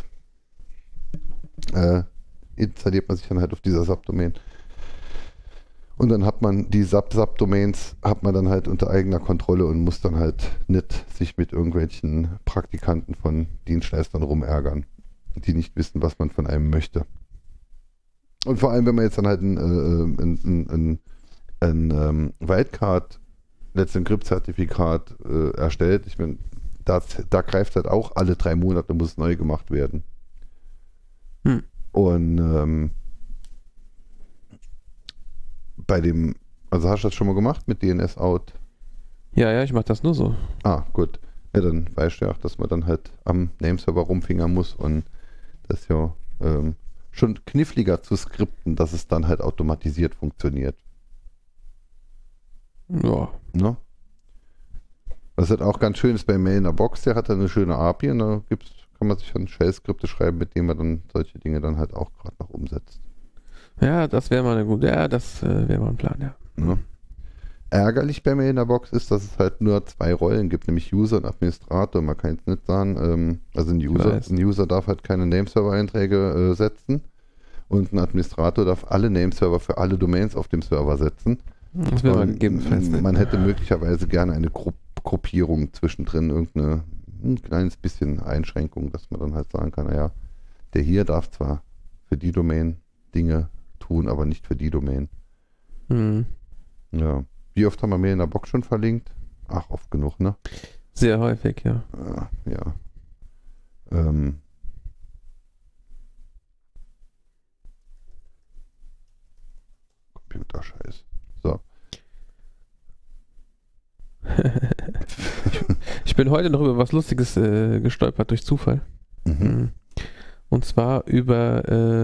installiert man sich dann halt auf dieser Subdomain. Und dann hat man die Subdomains hat man dann halt unter eigener Kontrolle und muss dann halt nicht sich mit irgendwelchen Praktikanten von Dienstleistern rumärgern, die nicht wissen, was man von einem möchte. Und vor allem, wenn man jetzt dann halt ein Wildcard Let's Encrypt Zertifikat erstellt, ich meine, da greift halt auch alle 3 Monate, muss es neu gemacht werden. Und also hast du das schon mal gemacht mit DNS Out? Ja, ich mach das nur so. Ah, gut. Ja, dann weißt du ja auch, dass man dann halt am Nameserver rumfingern muss und das ist ja schon kniffliger zu skripten, dass es dann halt automatisiert funktioniert. Ja. Ne? Was halt auch ganz schön ist bei Mail in der Box, der hat dann eine schöne API und da kann man sich dann Shell-Skripte schreiben, mit denen man dann solche Dinge dann halt auch gerade noch umsetzt. Ja, das wäre mal eine gute, das wäre mal ein Plan, ja. Ne? Ärgerlich bei Mail in der Box ist, dass es halt nur 2 Rollen gibt, nämlich User und Administrator. Man kann jetzt nicht sagen, also ein User darf halt keine Nameserver-Einträge setzen und ein Administrator darf alle Nameserver für alle Domains auf dem Server setzen. Das wäre mal gegebenenfalls. Man hätte möglicherweise gerne eine Gruppierung zwischendrin, ein kleines bisschen Einschränkung, dass man dann halt sagen kann, naja, der hier darf zwar für die Domain Dinge tun, aber nicht für die Domain. Ja. Wie oft haben wir Mail in der Box schon verlinkt? Ach, oft genug, ne? Sehr häufig, ja. Ja. Computerscheiß. So. Ich bin heute noch über was Lustiges gestolpert durch Zufall. Und zwar über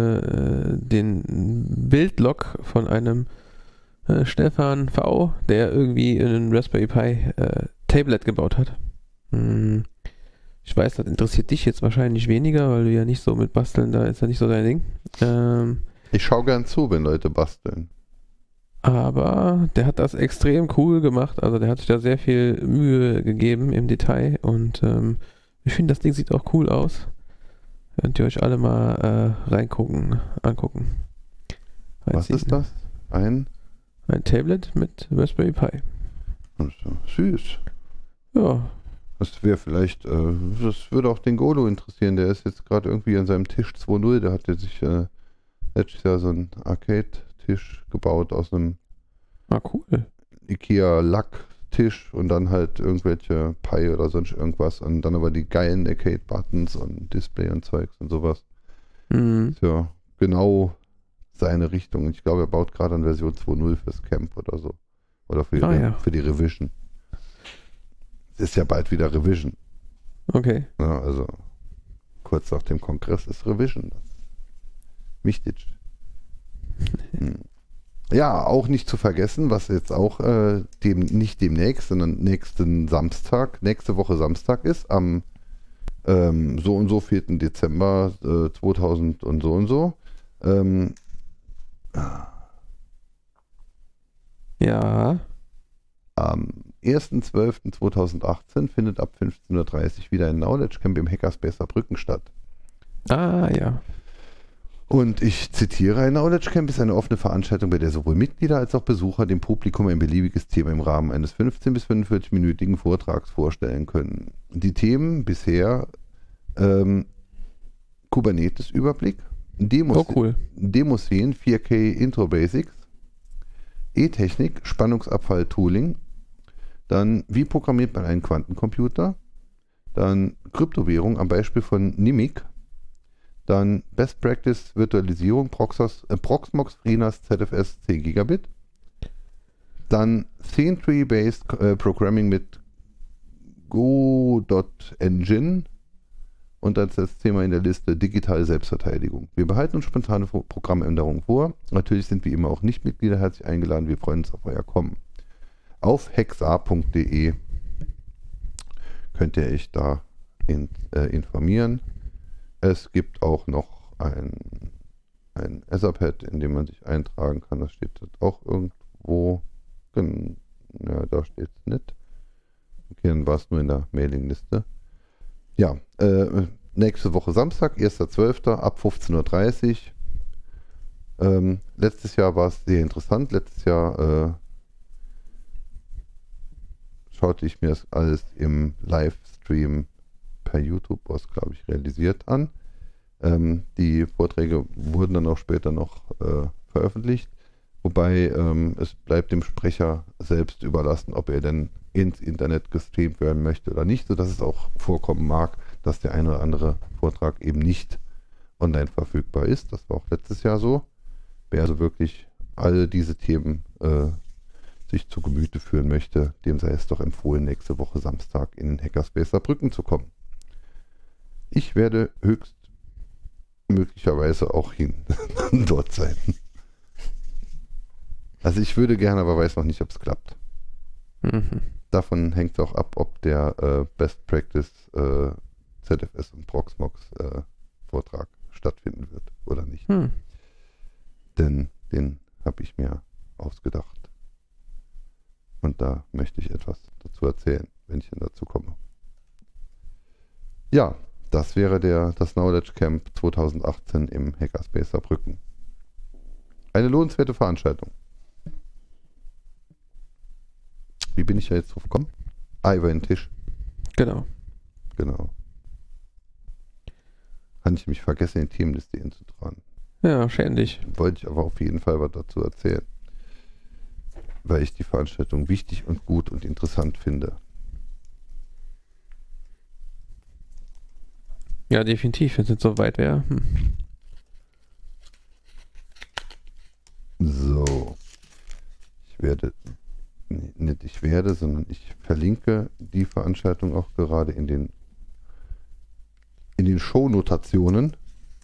den Bildlog von einem Stefan V., der irgendwie einen Raspberry Pi Tablet gebaut hat. Ich weiß, das interessiert dich jetzt wahrscheinlich weniger, weil du ja nicht so mit Basteln, da ist ja nicht so dein Ding. Ich schaue gern zu, wenn Leute basteln. Aber der hat das extrem cool gemacht, also der hat sich da sehr viel Mühe gegeben im Detail und ich finde, das Ding sieht auch cool aus. Könnt ihr euch alle mal angucken. Was ist das? Ein Tablet mit Raspberry Pi. Süß. Ja. Das wäre vielleicht, das würde auch den Golo interessieren. Der ist jetzt gerade irgendwie an seinem Tisch 2.0. Der hat sich letztes Jahr so einen Arcade-Tisch gebaut aus einem cool. Ikea-Lack-Tisch und dann halt irgendwelche Pi oder sonst irgendwas und dann aber die geilen Arcade-Buttons und Display und Zeugs und sowas. Ja, genau seine Richtung. Ich glaube, er baut gerade an Version 2.0 fürs Camp oder so. Oder für die Revision. Es ist ja bald wieder Revision. Okay. Ja, also kurz nach dem Kongress ist Revision. Das ist wichtig. Ja, auch nicht zu vergessen, was jetzt auch nicht demnächst, sondern nächste Woche Samstag ist, am so und so 4. Dezember 2000 und so. Ja. Am 1.12.2018 findet ab 15.30 Uhr wieder ein Knowledge Camp im Hackerspace Saarbrücken statt. Ah, ja. Und ich zitiere, ein Knowledge Camp ist eine offene Veranstaltung, bei der sowohl Mitglieder als auch Besucher dem Publikum ein beliebiges Thema im Rahmen eines 15- bis 45-minütigen Vortrags vorstellen können. Die Themen bisher Kubernetes-Überblick, Cool. Demoscene, 4K Intro Basics, E-Technik, Spannungsabfall-Tooling, dann wie programmiert man einen Quantencomputer, dann Kryptowährung am Beispiel von Nimiq, dann Best Practice Virtualisierung, Proxmox, FreeNAS, ZFS 10 Gigabit. Dann Scene Tree Based Programming mit Go.Engine. Und als das Thema in der Liste digitale Selbstverteidigung. Wir behalten uns spontane Programmänderungen vor. Natürlich sind wie immer auch Nichtmitglieder herzlich eingeladen. Wir freuen uns auf euer Kommen. Auf hexa.de könnt ihr euch da informieren. Es gibt auch noch ein Etherpad, in dem man sich eintragen kann. Das steht dort auch irgendwo. Ja, da steht es nicht. Okay, dann war es nur in der Mailingliste. Ja, nächste Woche Samstag, 1.12. ab 15.30 Uhr. Letztes Jahr war es sehr interessant. Letztes Jahr schaute ich mir das alles im Livestream per YouTube, was glaube ich realisiert, an. Die Vorträge wurden dann auch später noch veröffentlicht, wobei es bleibt dem Sprecher selbst überlassen, ob er denn ins Internet gestreamt werden möchte oder nicht, sodass es auch vorkommen mag, dass der eine oder andere Vortrag eben nicht online verfügbar ist. Das war auch letztes Jahr so. Wer also wirklich alle diese Themen sich zu Gemüte führen möchte, dem sei es doch empfohlen, nächste Woche Samstag in den Hackerspace Saarbrücken zu kommen. Ich werde höchst möglicherweise auch dort sein. Also ich würde gerne, aber weiß noch nicht, ob es klappt. Mhm. Davon hängt es auch ab, ob der Best Practice ZFS und Proxmox Vortrag stattfinden wird oder nicht. Denn den habe ich mir ausgedacht. Und da möchte ich etwas dazu erzählen, wenn ich dann dazu komme. Ja, das wäre das Knowledge Camp 2018 im Hackerspace Saarbrücken. Eine lohnenswerte Veranstaltung. Wie bin ich da jetzt drauf gekommen? Über den Tisch. Genau. Hatte ich mich vergessen, in die Themenliste einzutragen. Ja, schändlich. Wollte ich aber auf jeden Fall was dazu erzählen. Weil ich die Veranstaltung wichtig und gut und interessant finde. Ja, definitiv, wenn es jetzt so weit wäre. So. Sondern ich verlinke die Veranstaltung auch gerade in den Shownotationen.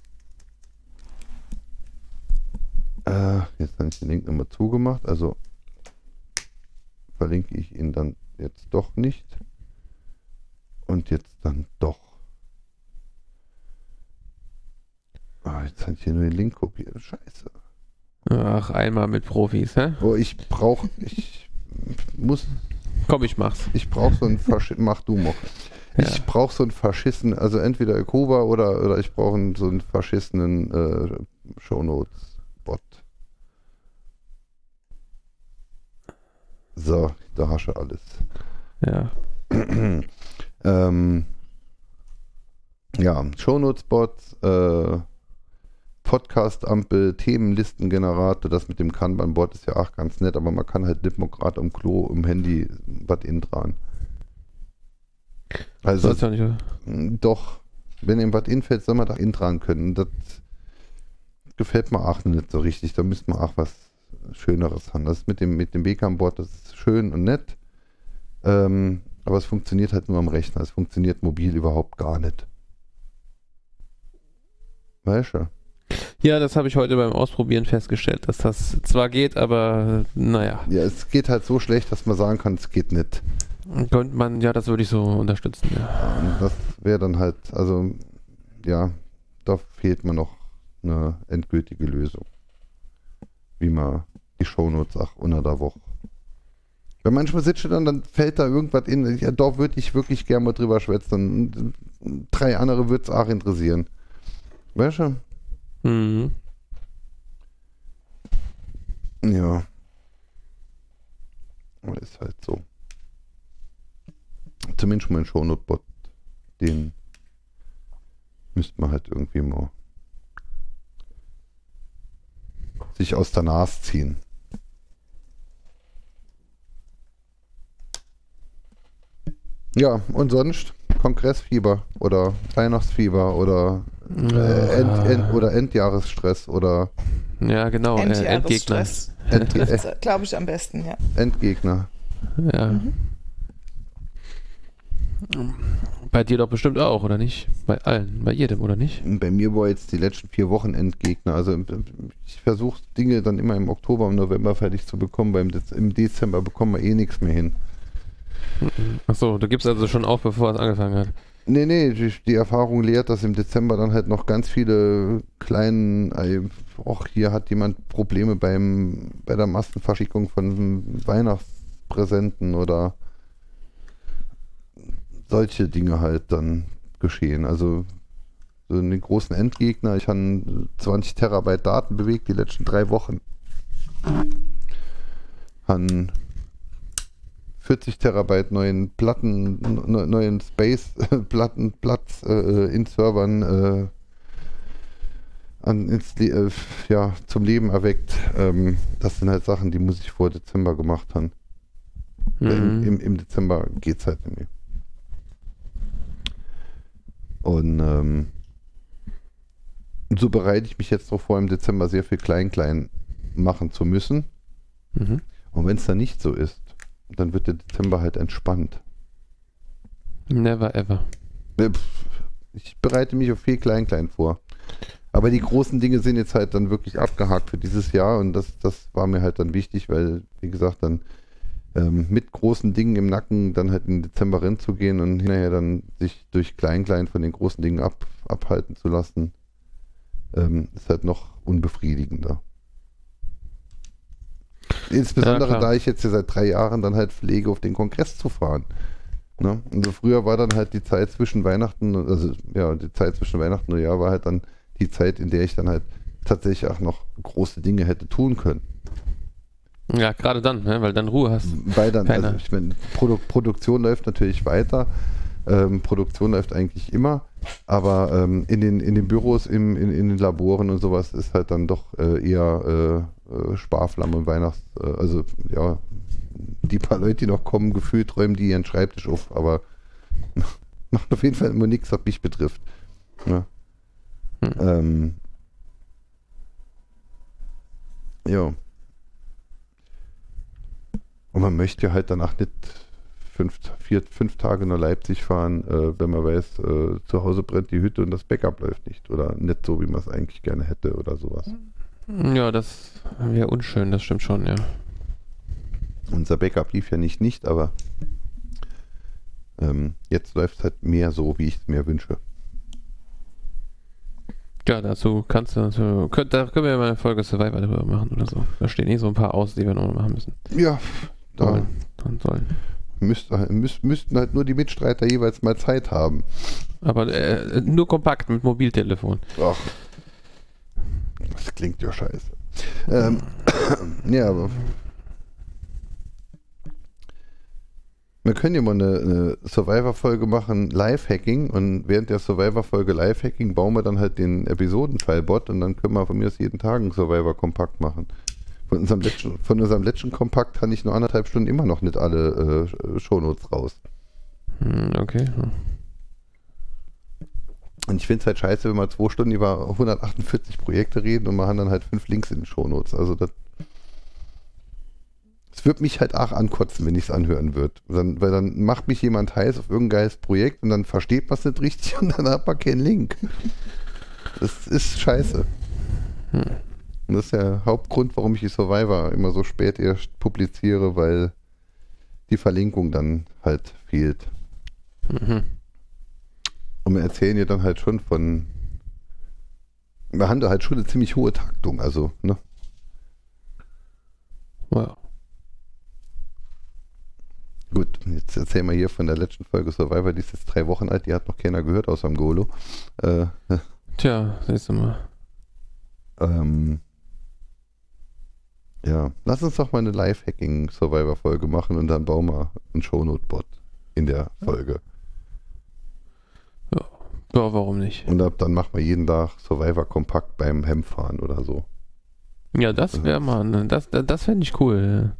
Jetzt habe ich den Link nochmal zugemacht, also verlinke ich ihn dann jetzt doch nicht. Und jetzt dann doch. Jetzt habe ich hier nur den Link kopiert. Scheiße. Ach, einmal mit Profis, hä? Oh, Komm, ich mach's. Ich brauche so einen mach du mal. Ich brauche so einen Faschissen, also entweder Kuba oder ich brauche so einen faschistenen Shownotes-Bot. So, da hast du alles. Ja. Ja, Shownotes-Bots, Podcast-Ampel, Themenlistengenerator, das mit dem Kanban-Bot ist ja auch ganz nett, aber man kann halt nicht mal gerade am Klo, im Handy was intran. Also, ja nicht, doch, wenn ihm was infällt, soll man da intran können. Das gefällt mir auch nicht so richtig, da müsste man auch was Schöneres haben. Das mit dem BKM-Board, das ist schön und nett, aber es funktioniert halt nur am Rechner, es funktioniert mobil überhaupt gar nicht. Weißt du? Ja, das habe ich heute beim Ausprobieren festgestellt, dass das zwar geht, aber naja. Ja, es geht halt so schlecht, dass man sagen kann, es geht nicht. Könnte man, ja, das würde ich so unterstützen, ja. Und das wäre dann halt, also, ja, da fehlt mir noch eine endgültige Lösung. Wie man die Shownotes auch unter der Woche. Weil manchmal sitzt du dann fällt da irgendwas in, ja, da würde ich wirklich gerne mal drüber schwätzen. 3 andere würde es auch interessieren. Weißt du? Mhm. Ja. Aber ist halt so. Zumindest mein Shownotebot, den müsste man halt irgendwie mal sich aus der Nase ziehen. Ja, und sonst Kongressfieber oder Weihnachtsfieber oder oder Endjahresstress oder Ja, genau. Endgegner. Endjahresstress trifft, glaube ich, am besten, ja. Endgegner. Ja. Bei dir doch bestimmt auch, oder nicht? Bei allen, bei jedem, oder nicht? Bei mir war jetzt die letzten 4 Wochen Endgegner. Also ich versuche Dinge dann immer im Oktober und November fertig zu bekommen, weil im Dezember bekommen wir eh nichts mehr hin. Achso, du gibst also schon auf, bevor es angefangen hat. Nee, die Erfahrung lehrt, dass im Dezember dann halt noch ganz viele hier hat jemand Probleme bei der Massenverschickung von Weihnachtspräsenten oder solche Dinge halt dann geschehen. Also so den großen Endgegner, ich habe 20 Terabyte Daten bewegt die letzten 3 Wochen. Han 40 Terabyte neuen Platten, neuen Space-Plattenplatz in Servern zum Leben erweckt. Das sind halt Sachen, die muss ich vor Dezember gemacht haben. Im Dezember geht es halt nicht mehr. Und so bereite ich mich jetzt darauf vor, im Dezember sehr viel Klein machen zu müssen. Mhm. Und wenn es dann nicht so ist, dann wird der Dezember halt entspannt. Never ever. Ich bereite mich auf viel Klein vor. Aber die großen Dinge sind jetzt halt dann wirklich abgehakt für dieses Jahr und das war mir halt dann wichtig, weil, wie gesagt, dann mit großen Dingen im Nacken dann halt in den Dezember rennen zu gehen und hinterher dann sich durch Klein von den großen Dingen abhalten zu lassen, ist halt noch unbefriedigender. Insbesondere Ja, da ich jetzt ja seit 3 Jahren dann halt pflege, auf den Kongress zu fahren. Ne? Also früher war dann halt die Zeit zwischen Weihnachten, die Zeit zwischen Weihnachten und Neujahr war halt dann die Zeit, in der ich dann halt tatsächlich auch noch große Dinge hätte tun können. Ja, gerade dann, ne? Weil dann Ruhe hast. Weil dann, also ich meine, Produktion läuft natürlich weiter. Produktion läuft eigentlich immer, aber in den Büros, in den Laboren und sowas ist halt dann doch eher Sparflamme und die paar Leute, die noch kommen, gefühlt räumen die ihren Schreibtisch auf, aber macht auf jeden Fall immer nichts, was mich betrifft. Ja. Ja. Und man möchte ja halt danach nicht 5 Tage nach Leipzig fahren, wenn man weiß, zu Hause brennt die Hütte und das Backup läuft nicht. Oder nicht so, wie man es eigentlich gerne hätte oder sowas. Ja, das wäre unschön, das stimmt schon, ja. Unser Backup lief ja nicht, aber jetzt läuft es halt mehr so, wie ich es mir wünsche. Ja, da können wir ja mal eine Folge Survivor darüber machen oder so. Da stehen so ein paar aus, die wir noch machen müssen. Ja, da sollen. Müssten halt nur die Mitstreiter jeweils mal Zeit haben. Aber nur kompakt mit Mobiltelefon. Ach, das klingt ja scheiße. Ja, aber wir können ja mal eine Survivor-Folge machen, Live-Hacking, und während der Survivor-Folge Live-Hacking bauen wir dann halt den Episoden-File-Bot und dann können wir von mir aus jeden Tag einen Survivor-Kompakt machen. Von unserem letzten Kompakt kann ich nur 1,5 Stunden immer noch nicht alle Shownotes raus. Okay. Und ich finde es halt scheiße, wenn wir 2 Stunden über 148 Projekte reden und wir haben dann halt 5 Links in den Shownotes. Also das wird mich halt auch ankotzen, wenn ich es anhören würde. Weil dann macht mich jemand heiß auf irgendein geiles Projekt und dann versteht man es nicht richtig und dann hat man keinen Link. Das ist scheiße. Und das ist der Hauptgrund, warum ich die Survivor immer so spät erst publiziere, weil die Verlinkung dann halt fehlt. Mhm. Und wir erzählen ja dann halt schon wir haben da halt schon eine ziemlich hohe Taktung, also, ne? Wow. Gut, jetzt erzählen wir hier von der letzten Folge Survivor, die ist jetzt 3 Wochen alt, die hat noch keiner gehört, außer dem Golo. Tja, siehst du mal. Ja, lass uns doch mal eine Lifehacking-Survivor-Folge machen und dann bauen wir einen Shownote-Bot in der Folge. Ja, warum nicht? Und dann machen wir jeden Tag Survivor kompakt beim Hemdfahren oder so. Ja, das wäre mal, das fände ich cool.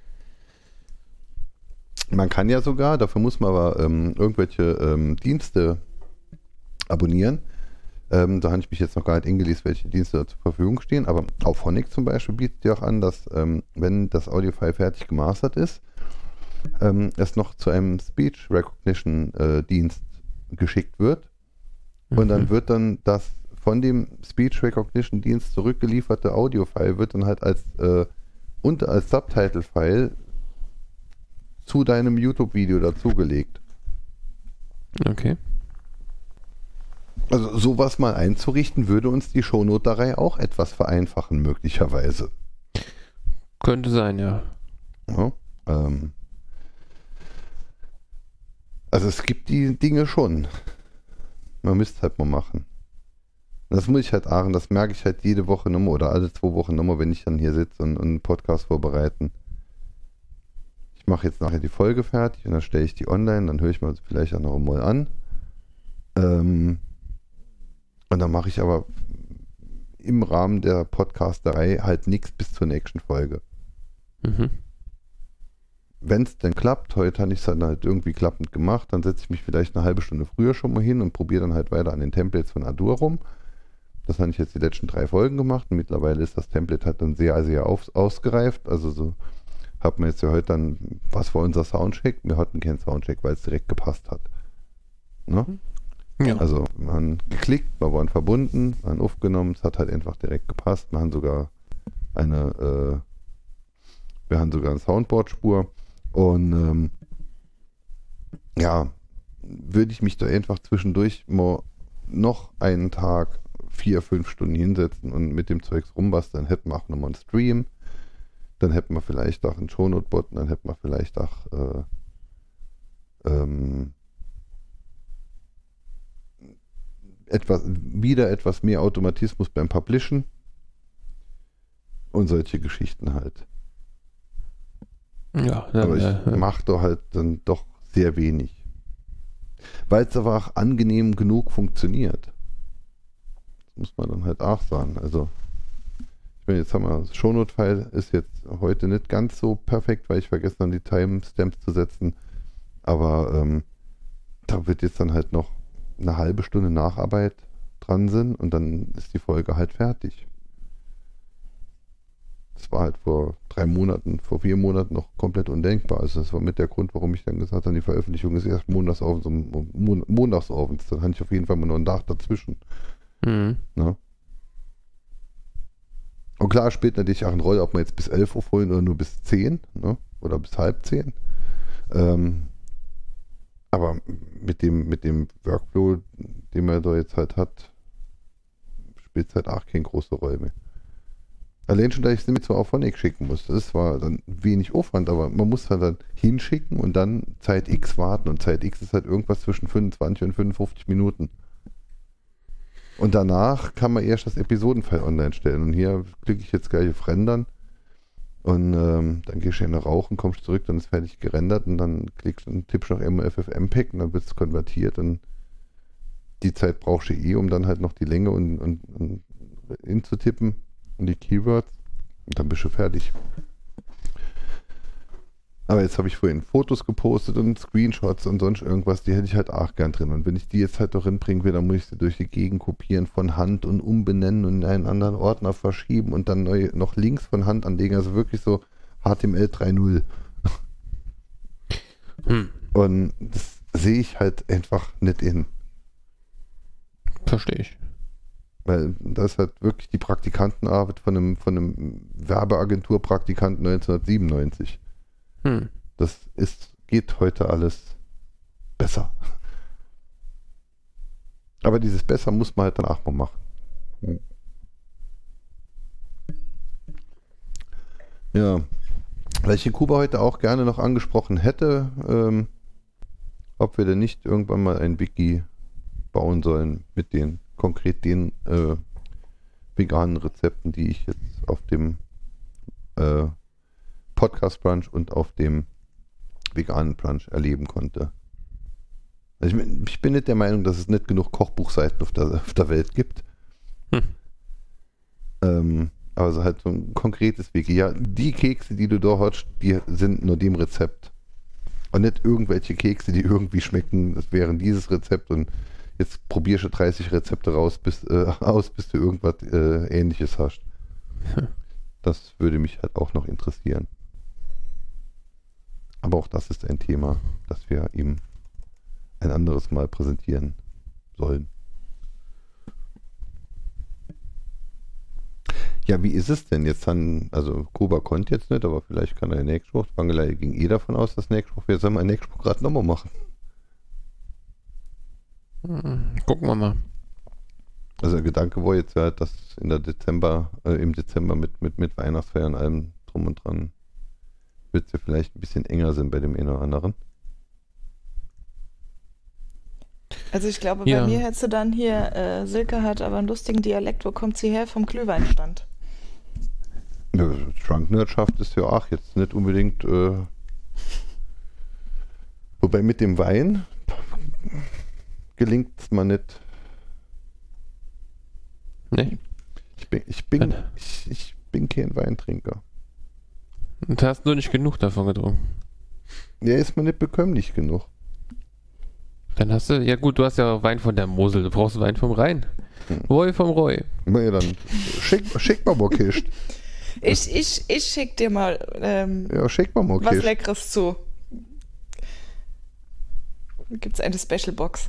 Man kann ja sogar, dafür muss man aber irgendwelche Dienste abonnieren. Da habe ich mich jetzt noch gar nicht eingelesen, welche Dienste da zur Verfügung stehen, aber Auphonic zum Beispiel bietet ja auch an, dass wenn das Audiofile fertig gemastert ist, es noch zu einem Speech Recognition Dienst geschickt wird und dann wird dann das von dem Speech Recognition Dienst zurückgelieferte Audiofile wird dann halt als Subtitle-File zu deinem YouTube-Video dazugelegt. Okay. Also sowas mal einzurichten, würde uns die Shownoterei auch etwas vereinfachen, möglicherweise. Könnte sein, ja. Ja, also es gibt die Dinge schon. Man müsste halt mal machen. Das muss ich halt achten, das merke ich halt jede Woche nochmal oder alle 2 Wochen nochmal, wenn ich dann hier sitze und einen Podcast vorbereiten. Ich mache jetzt nachher die Folge fertig und dann stelle ich die online, dann höre ich mir vielleicht auch noch mal an. Und dann mache ich aber im Rahmen der Podcasterei halt nichts bis zur nächsten Folge. Mhm. Wenn es denn klappt, heute habe ich es dann halt irgendwie klappend gemacht, dann setze ich mich vielleicht eine halbe Stunde früher schon mal hin und probiere dann halt weiter an den Templates von Adur rum. Das habe ich jetzt die letzten 3 Folgen gemacht und mittlerweile ist das Template halt dann sehr, sehr ausgereift. Also so hat man jetzt ja heute dann, was war unser Soundcheck? Wir hatten keinen Soundcheck, weil es direkt gepasst hat. Ne? Ja. Also wir haben geklickt, wir waren verbunden, wir haben aufgenommen, es hat halt einfach direkt gepasst. Wir haben sogar eine Soundboard-Spur und ja, würde ich mich da einfach zwischendurch mal noch einen Tag 4-5 Stunden hinsetzen und mit dem Zeugs rumbasteln, dann hätten wir auch nochmal einen Stream, dann hätten wir vielleicht auch einen Shownote-Bot, dann hätten wir vielleicht auch etwas mehr Automatismus beim Publishen und solche Geschichten halt. Ja, Aber ich mache da halt dann doch sehr wenig. Weil es aber auch angenehm genug funktioniert. Das muss man dann halt auch sagen. Also, ich meine, jetzt haben wir das Shownote-File ist jetzt heute nicht ganz so perfekt, weil ich vergessen habe, die Timestamps zu setzen. Aber da wird jetzt dann halt noch eine halbe Stunde Nacharbeit dran sind und dann ist die Folge halt fertig. Das war halt vor 4 Monaten noch komplett undenkbar. Also das war mit der Grund, warum ich dann gesagt habe, die Veröffentlichung ist erst montagsabends. Dann hatte ich auf jeden Fall mal noch einen Tag dazwischen. Mhm. Ne? Und klar spielt natürlich auch eine Rolle, ob wir jetzt bis 11 Uhr holen oder nur bis 10, ne? Oder bis halb 10. Aber mit dem Workflow, den man da jetzt halt hat, spielt es halt auch keine große Rolle mehr. Allein schon, da ich es nämlich zur Auphonic schicken muss. Das war dann wenig Aufwand, aber man muss halt dann hinschicken und dann Zeit X warten. Und Zeit X ist halt irgendwas zwischen 25 und 55 Minuten. Und danach kann man erst das Episodenfile online stellen. Und hier klicke ich jetzt gleich auf Rendern. Und dann gehst du in rauchen, kommst zurück, dann ist fertig gerendert und dann klickst und tippst noch MFFmpeg und dann wird es konvertiert. Und die Zeit brauchst du um dann halt noch die Länge und hinzutippen und die Keywords. Und dann bist du fertig. Aber jetzt habe ich vorhin Fotos gepostet und Screenshots und sonst irgendwas, die hätte ich halt auch gern drin. Und wenn ich die jetzt halt doch hinbringen will, dann muss ich sie durch die Gegend kopieren von Hand und umbenennen und in einen anderen Ordner verschieben und dann noch Links von Hand anlegen. Also wirklich so HTML 3.0. Und das sehe ich halt einfach nicht in. Verstehe ich. Weil das ist halt wirklich die Praktikantenarbeit von einem Werbeagentur-Praktikanten 1997. Das geht heute alles besser. Aber dieses besser muss man halt danach mal machen. Ja. Weil ich in Kuba heute auch gerne noch angesprochen hätte, ob wir denn nicht irgendwann mal ein Wiki bauen sollen mit den konkret den veganen Rezepten, die ich jetzt auf dem Podcast Brunch und auf dem veganen Brunch erleben konnte. Also ich bin nicht der Meinung, dass es nicht genug Kochbuchseiten auf der Welt gibt. Aber so halt so ein konkretes Weg. Ja, die Kekse, die du da hast, die sind nur dem Rezept. Und nicht irgendwelche Kekse, die irgendwie schmecken, das wären dieses Rezept und jetzt probierst du 30 Rezepte bis du irgendwas Ähnliches hast. Das würde mich halt auch noch interessieren. Aber auch das ist ein Thema, das wir ihm ein anderes Mal präsentieren sollen. Ja, wie ist es denn jetzt also Kuba konnte jetzt nicht, aber vielleicht kann er nächste Woche. Bangelei ging davon aus, dass nächste Woche, wir sollen mal nächste Woche gerade nochmal machen. Gucken wir mal. Also der Gedanke war jetzt ja, dass im Dezember mit Weihnachtsfeiern und allem drum und dran wird es ja vielleicht ein bisschen enger sind bei dem einen oder anderen. Also ich glaube, bei mir hättest du dann hier, Silke hat aber einen lustigen Dialekt, wo kommt sie her? Vom Glühweinstand. Ja, Schranknirdschaft ist ja auch jetzt nicht unbedingt, wobei mit dem Wein gelingt es mir nicht. Nee. Ich bin kein Weintrinker. Und hast du nicht genug davon getrunken? Ja, ist mir nicht bekömmlich genug. Dann hast du, ja gut, du hast ja Wein von der Mosel, du brauchst Wein vom Rhein. Roy vom Roy. Ja, dann schick mal mal Kist. Ich schick dir mal schick mal mal was Kist. Leckeres zu. Da gibt's eine Special Box.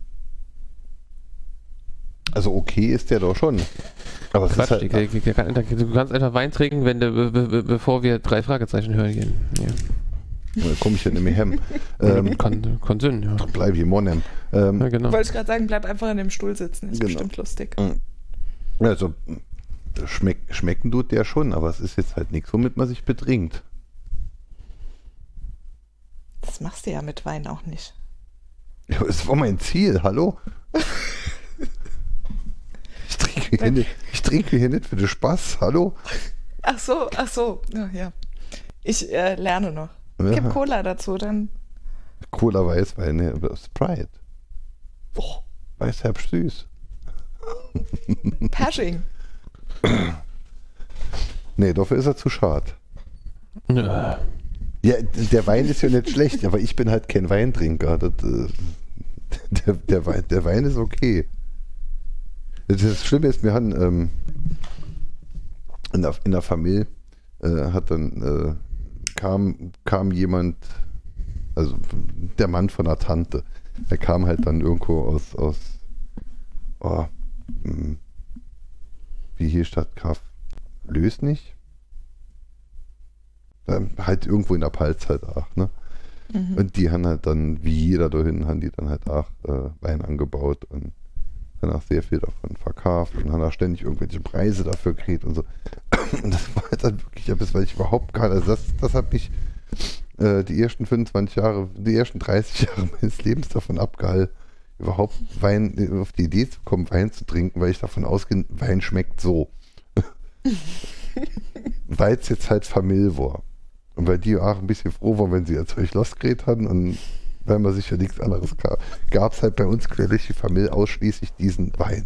Also okay ist der doch schon. Aber es Quatsch, ist halt, du kannst einfach Wein trinken, bevor wir 3 Fragezeichen hören gehen. Ja. da komme ich ja nicht mehr hem. Kann Sinn, ja. Dann bleibe ich im Monem. Ja, genau. Wollte ich gerade sagen, bleib einfach in dem Stuhl sitzen. Ist Genau. bestimmt lustig. Also schmecken tut der schon, aber es ist jetzt halt nichts, womit man sich betrinkt. Das machst du ja mit Wein auch nicht. Ja, es war mein Ziel, hallo? Ich trinke hier nicht für den Spaß, hallo? Ach so. Ja. Ich lerne noch. Ja. Gib Cola dazu, dann. Cola Weißwein, ne, Sprite. Oh, Weiß, herb, süß. Pershing. Nee, dafür ist er zu schade. Ja. Ja, der Wein ist ja nicht schlecht, aber ich bin halt kein Weintrinker. Der Wein ist okay. Das Schlimme ist, wir haben in der Familie kam jemand, also der Mann von der Tante, der kam halt dann irgendwo aus wie hier Stadt Graf Lößnich? Halt irgendwo in der Palz halt auch, ne? Mhm. Und die haben halt dann, wie jeder da hinten, haben die dann halt auch Wein angebaut und dann auch sehr viel davon verkauft und haben auch ständig irgendwelche Preise dafür gekriegt und so. Und das war halt dann wirklich etwas, weil ich überhaupt gar nicht, also das hat mich die ersten 25 Jahre, die ersten 30 Jahre meines Lebens davon abgehalten, überhaupt Wein, auf die Idee zu kommen, Wein zu trinken, weil ich davon ausgehe, Wein schmeckt so. Weil es jetzt halt Familie war. Und weil die auch ein bisschen froh waren, wenn sie ihr Zeug losgeredet hatten und weil man sich ja nichts anderes gab es halt bei uns querlich die Familie ausschließlich diesen Wein.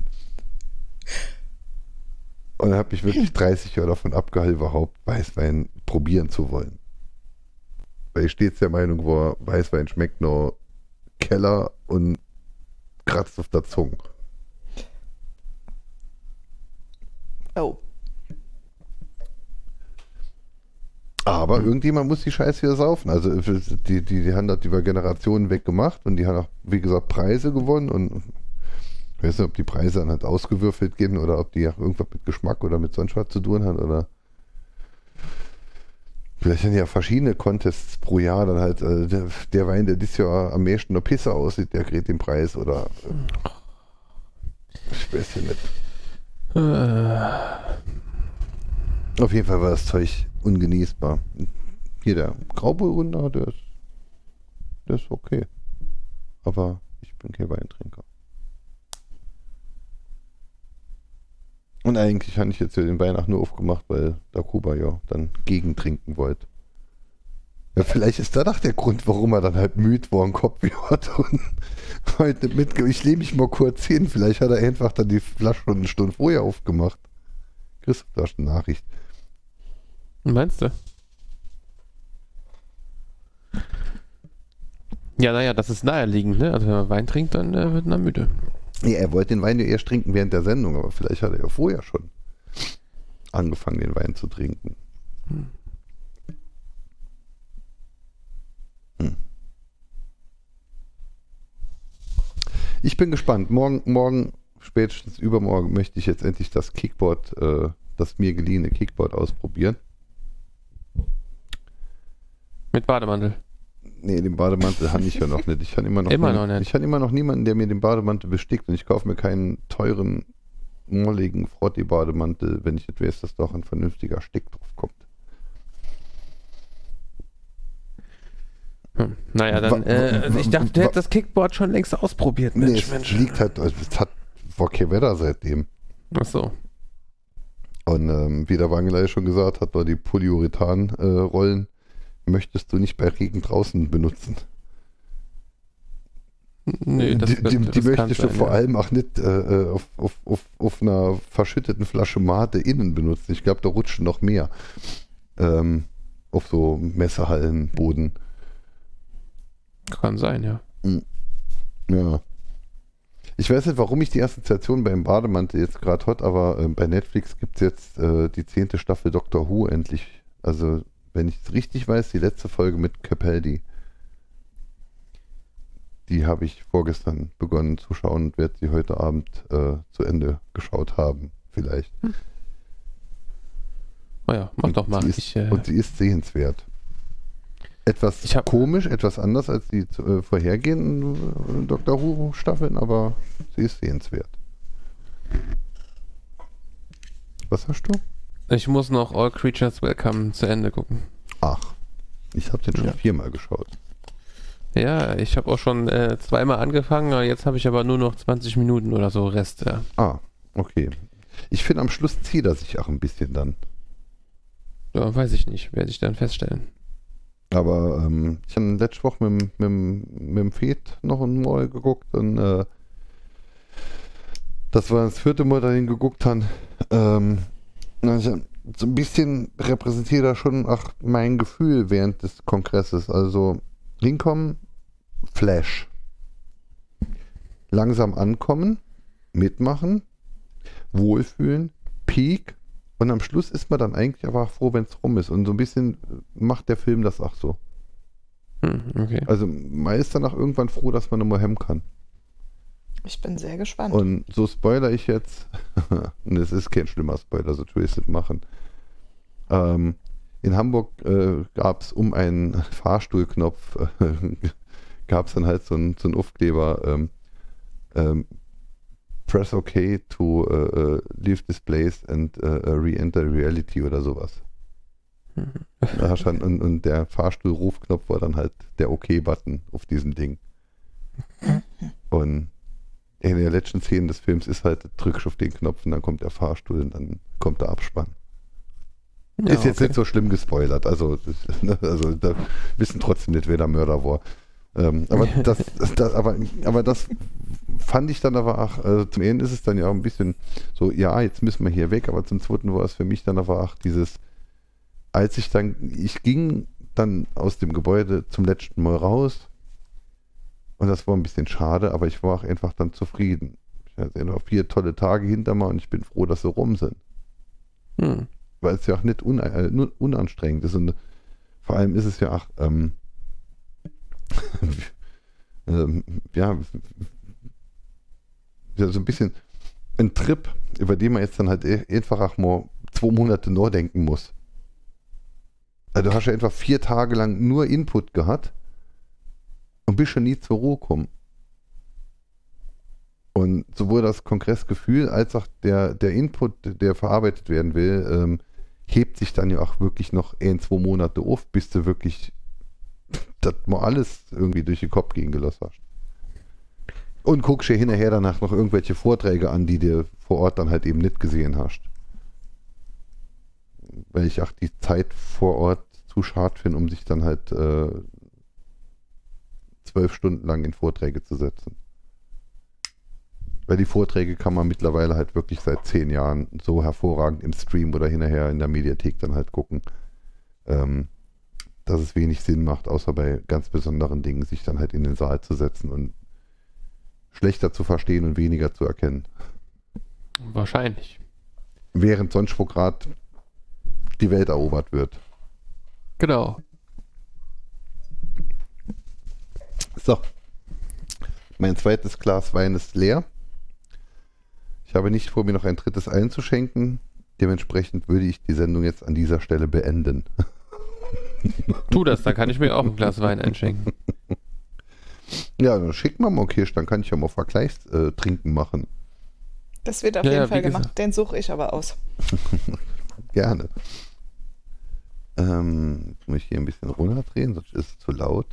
Und dann habe ich wirklich 30 Jahre davon abgehalten, überhaupt Weißwein probieren zu wollen. Weil ich stets der Meinung war, Weißwein schmeckt nur Keller und kratzt auf der Zunge. Oh. Aber irgendjemand muss die Scheiße wieder saufen. Also die haben das über Generationen weggemacht und die haben auch, wie gesagt, Preise gewonnen und ich weiß nicht, ob die Preise dann halt ausgewürfelt gehen oder ob die auch irgendwas mit Geschmack oder mit sonst was zu tun hat oder vielleicht sind ja verschiedene Contests pro Jahr dann halt der Wein, der dieses Jahr am meisten noch Pisse aussieht, der kriegt den Preis oder ich weiß ja nicht. Auf jeden Fall war das Zeug ungenießbar. Hier der Grauburgunder, der ist okay. Aber ich bin kein Weintrinker. Und eigentlich habe ich jetzt ja den Weihnachten nur aufgemacht, weil der Kuba ja dann gegentrinken wollte. Ja, vielleicht ist das auch der Grund, warum er dann halt müde war und Kopf hat und heute mit. Ich lehne mich mal kurz hin. Vielleicht hat er einfach dann die Flasche schon eine Stunde vorher aufgemacht. Kriegst du da eine Nachricht? Meinst du? Ja, naja, das ist naheliegend, ne? Also wenn man Wein trinkt, dann wird man müde. Ja, er wollte den Wein ja erst trinken während der Sendung, aber vielleicht hat er ja vorher schon angefangen, den Wein zu trinken. Ich bin gespannt. Morgen, spätestens übermorgen, möchte ich jetzt endlich das Kickboard, das mir geliehene Kickboard ausprobieren. Mit Bademantel. Nee, den Bademantel habe ich ja noch nicht. Ich habe immer noch niemanden, der mir den Bademantel bestickt, und ich kaufe mir keinen teuren, molligen Frotti-Bademantel, wenn ich nicht weiß, dass doch ein vernünftiger Stick drauf kommt. Naja, dann, ich dachte, du hättest das Kickboard schon längst ausprobiert, Mensch. Es liegt halt, es hat war kein Wetter seitdem. Ach so. Und wie der Wangelei schon gesagt hat, war die Polyurethan-Rollen möchtest du nicht bei Regen draußen benutzen. Nee, die möchtest du vor allem auch nicht auf einer verschütteten Flasche Mate innen benutzen. Ich glaube, da rutschen noch mehr auf so Messerhallenboden. Kann sein, ja. Ja. Ich weiß nicht, warum ich die Assoziation beim Bademantel jetzt gerade hat, aber bei Netflix gibt es jetzt die 10. Staffel Doctor Who endlich. Also, wenn ich es richtig weiß, die letzte Folge mit Capaldi. Die habe ich vorgestern begonnen zu schauen und werde sie heute Abend zu Ende geschaut haben, vielleicht. Naja, mach doch mal. Und sie ist sehenswert. Etwas komisch, etwas anders als die vorhergehenden Doctor Who Staffeln, aber sie ist sehenswert. Was hast du? Ich muss noch All Creatures Welcome zu Ende gucken. Ach, ich habe den schon 4-mal geschaut. Ja, ich habe auch schon 2-mal angefangen, jetzt habe ich aber nur noch 20 Minuten oder so Rest. Ja. Ah, okay. Ich finde, am Schluss zieht er sich auch ein bisschen dann. Ja, weiß ich nicht, werde ich dann feststellen. Aber ich habe letzte Woche mit dem Fed noch einmal geguckt und das war das 4. Mal, dahin geguckt haben. Also so ein bisschen repräsentiert er schon auch mein Gefühl während des Kongresses. Also hinkommen, Flash. Langsam ankommen, mitmachen, wohlfühlen, Peak. Und am Schluss ist man dann eigentlich aber froh, wenn es rum ist. Und so ein bisschen macht der Film das auch so. Okay. Also man ist danach irgendwann froh, dass man nochmal hem kann. Ich bin sehr gespannt. Und so spoiler ich jetzt, und es ist kein schlimmer Spoiler, so Twisted machen. In Hamburg gab es um einen Fahrstuhlknopf, gab es dann halt so einen Aufkleber, Press OK to leave this place and re-enter reality oder sowas. Da stand, und der Fahrstuhl-Rufknopf war dann halt der OK-Button auf diesem Ding. Und in der letzten Szene des Films ist halt, drückst auf den Knopf und dann kommt der Fahrstuhl und dann kommt der Abspann. Ja, ist jetzt nicht so schlimm gespoilert, also da wissen trotzdem nicht, wer der Mörder war. Aber das fand ich dann aber auch, also zum einen ist es dann ja auch ein bisschen so, ja, jetzt müssen wir hier weg, aber zum zweiten war es für mich dann aber auch dieses, ich ging dann aus dem Gebäude zum letzten Mal raus und das war ein bisschen schade, aber ich war auch einfach dann zufrieden. Ich hatte noch 4 tolle Tage hinter mir und ich bin froh, dass sie rum sind. Weil es ja auch nicht unanstrengend ist und vor allem ist es ja auch ja, so ein bisschen ein Trip, über den man jetzt dann halt einfach auch mal 2 Monate nachdenken muss. Also du hast ja einfach 4 Tage lang nur Input gehabt und bist schon nie zur Ruhe gekommen. Und sowohl das Kongressgefühl als auch der Input, der verarbeitet werden will, hebt sich dann ja auch wirklich noch 2 Monate auf, bis du wirklich das mal alles irgendwie durch den Kopf gehen gelassen hast. Und guckst dir hinterher danach noch irgendwelche Vorträge an, die dir vor Ort dann halt eben nicht gesehen hast. Weil ich auch die Zeit vor Ort zu schad finde, um sich dann halt 12 Stunden lang in Vorträge zu setzen. Weil die Vorträge kann man mittlerweile halt wirklich seit 10 Jahren so hervorragend im Stream oder hinterher in der Mediathek dann halt gucken, dass es wenig Sinn macht, außer bei ganz besonderen Dingen, sich dann halt in den Saal zu setzen und schlechter zu verstehen und weniger zu erkennen. Wahrscheinlich. Während sonst wo gerade die Welt erobert wird. Genau. So. Mein zweites Glas Wein ist leer. Ich habe nicht vor, mir noch ein drittes einzuschenken. Dementsprechend würde ich die Sendung jetzt an dieser Stelle beenden. Tu das, da kann ich mir auch ein Glas Wein einschenken. Ja, dann schick mal mal Kirsch, dann kann ich ja mal Vergleichstrinken machen. Das wird auf Ja, jeden ja, Fall wie gemacht. gesagt. Den suche ich aber aus. Gerne. Jetzt muss ich hier ein bisschen runterdrehen, sonst ist es zu laut.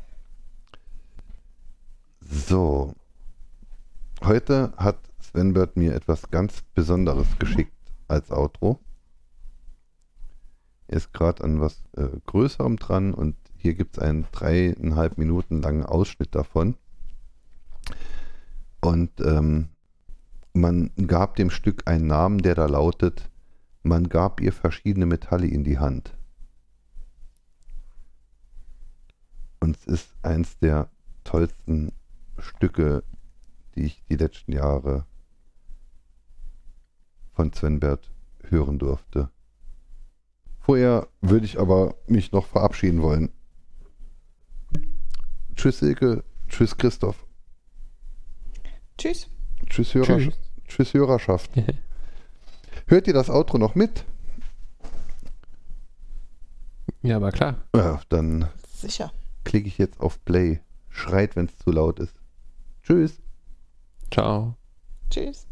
So. Heute hat Svenbert mir etwas ganz Besonderes geschickt als Outro. Er ist gerade an was Größerem dran und hier gibt es einen 3,5 Minuten langen Ausschnitt davon. Und man gab dem Stück einen Namen, der da lautet: Man gab ihr verschiedene Metalle in die Hand. Und es ist eins der tollsten Stücke, die ich die letzten Jahre von Svenbert hören durfte. Vorher würde ich aber mich noch verabschieden wollen. Tschüss Silke, tschüss Christoph, Tschüss. tschüss, Tschüss. Tschüss Hörerschaft. Hört ihr das Outro noch mit? Ja, aber klar. Ja, dann Sicher. klicke ich jetzt auf Play. Schreit, wenn es zu laut ist. Tschüss. Ciao. Tschüss.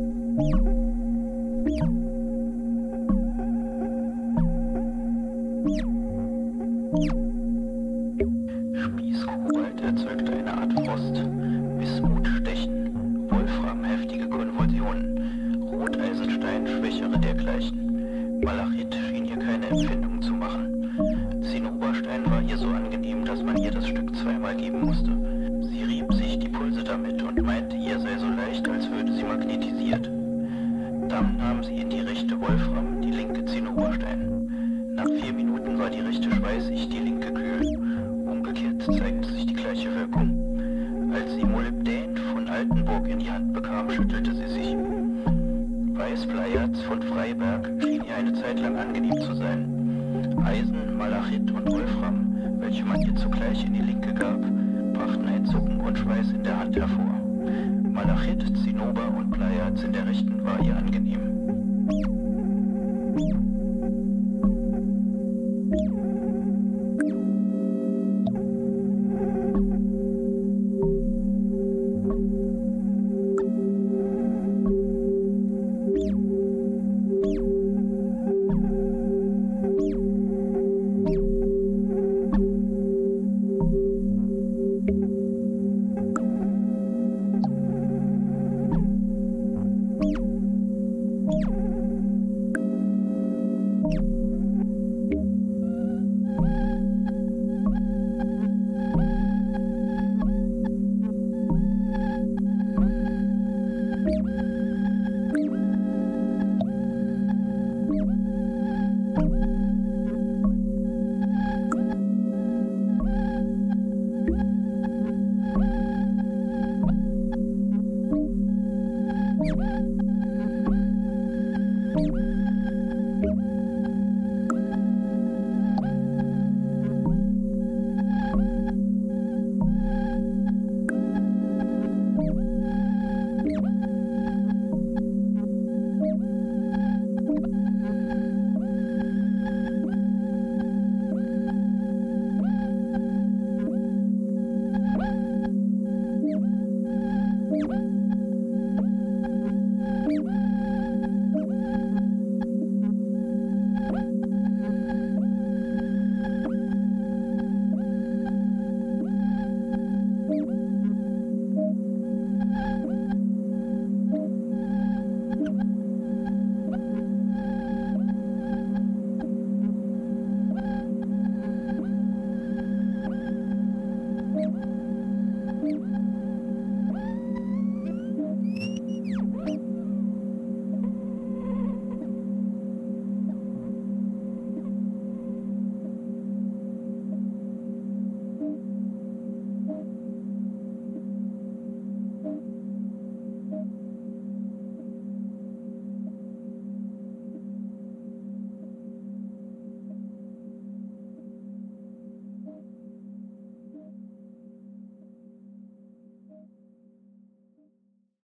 Spießkobalt erzeugte eine Art Frost, Bismut Stechen, Wolfram heftige Konvulsionen, Roteisenstein schwächere dergleichen. Malachit schien ihr keine Empfindung zu machen. Zinnoberstein war ihr so angenehm, dass man ihr das Stück zweimal geben musste. Sie rieb sich die Pulse damit und meinte, ihr sei so leicht, als würde sie magnetisiert. Dann nahm sie in die rechte Wolfram, die linke Zinnoberstein. Nach 4 Minuten war die rechte schweißig, die linke kühl. Umgekehrt zeigte sich die gleiche Wirkung. Als sie Molybdän von Altenburg in die Hand bekam, schüttelte sie sich. Weißbleierz von Freiberg schien ihr eine Zeit lang angenehm zu sein. Eisen, Malachit und Wolfram, welche man ihr zugleich in die linke gab, brachten ein Zucken und Schweiß in der Hand hervor. Malachit, Zinnober und Bleierz in der rechten war ihr angenehm.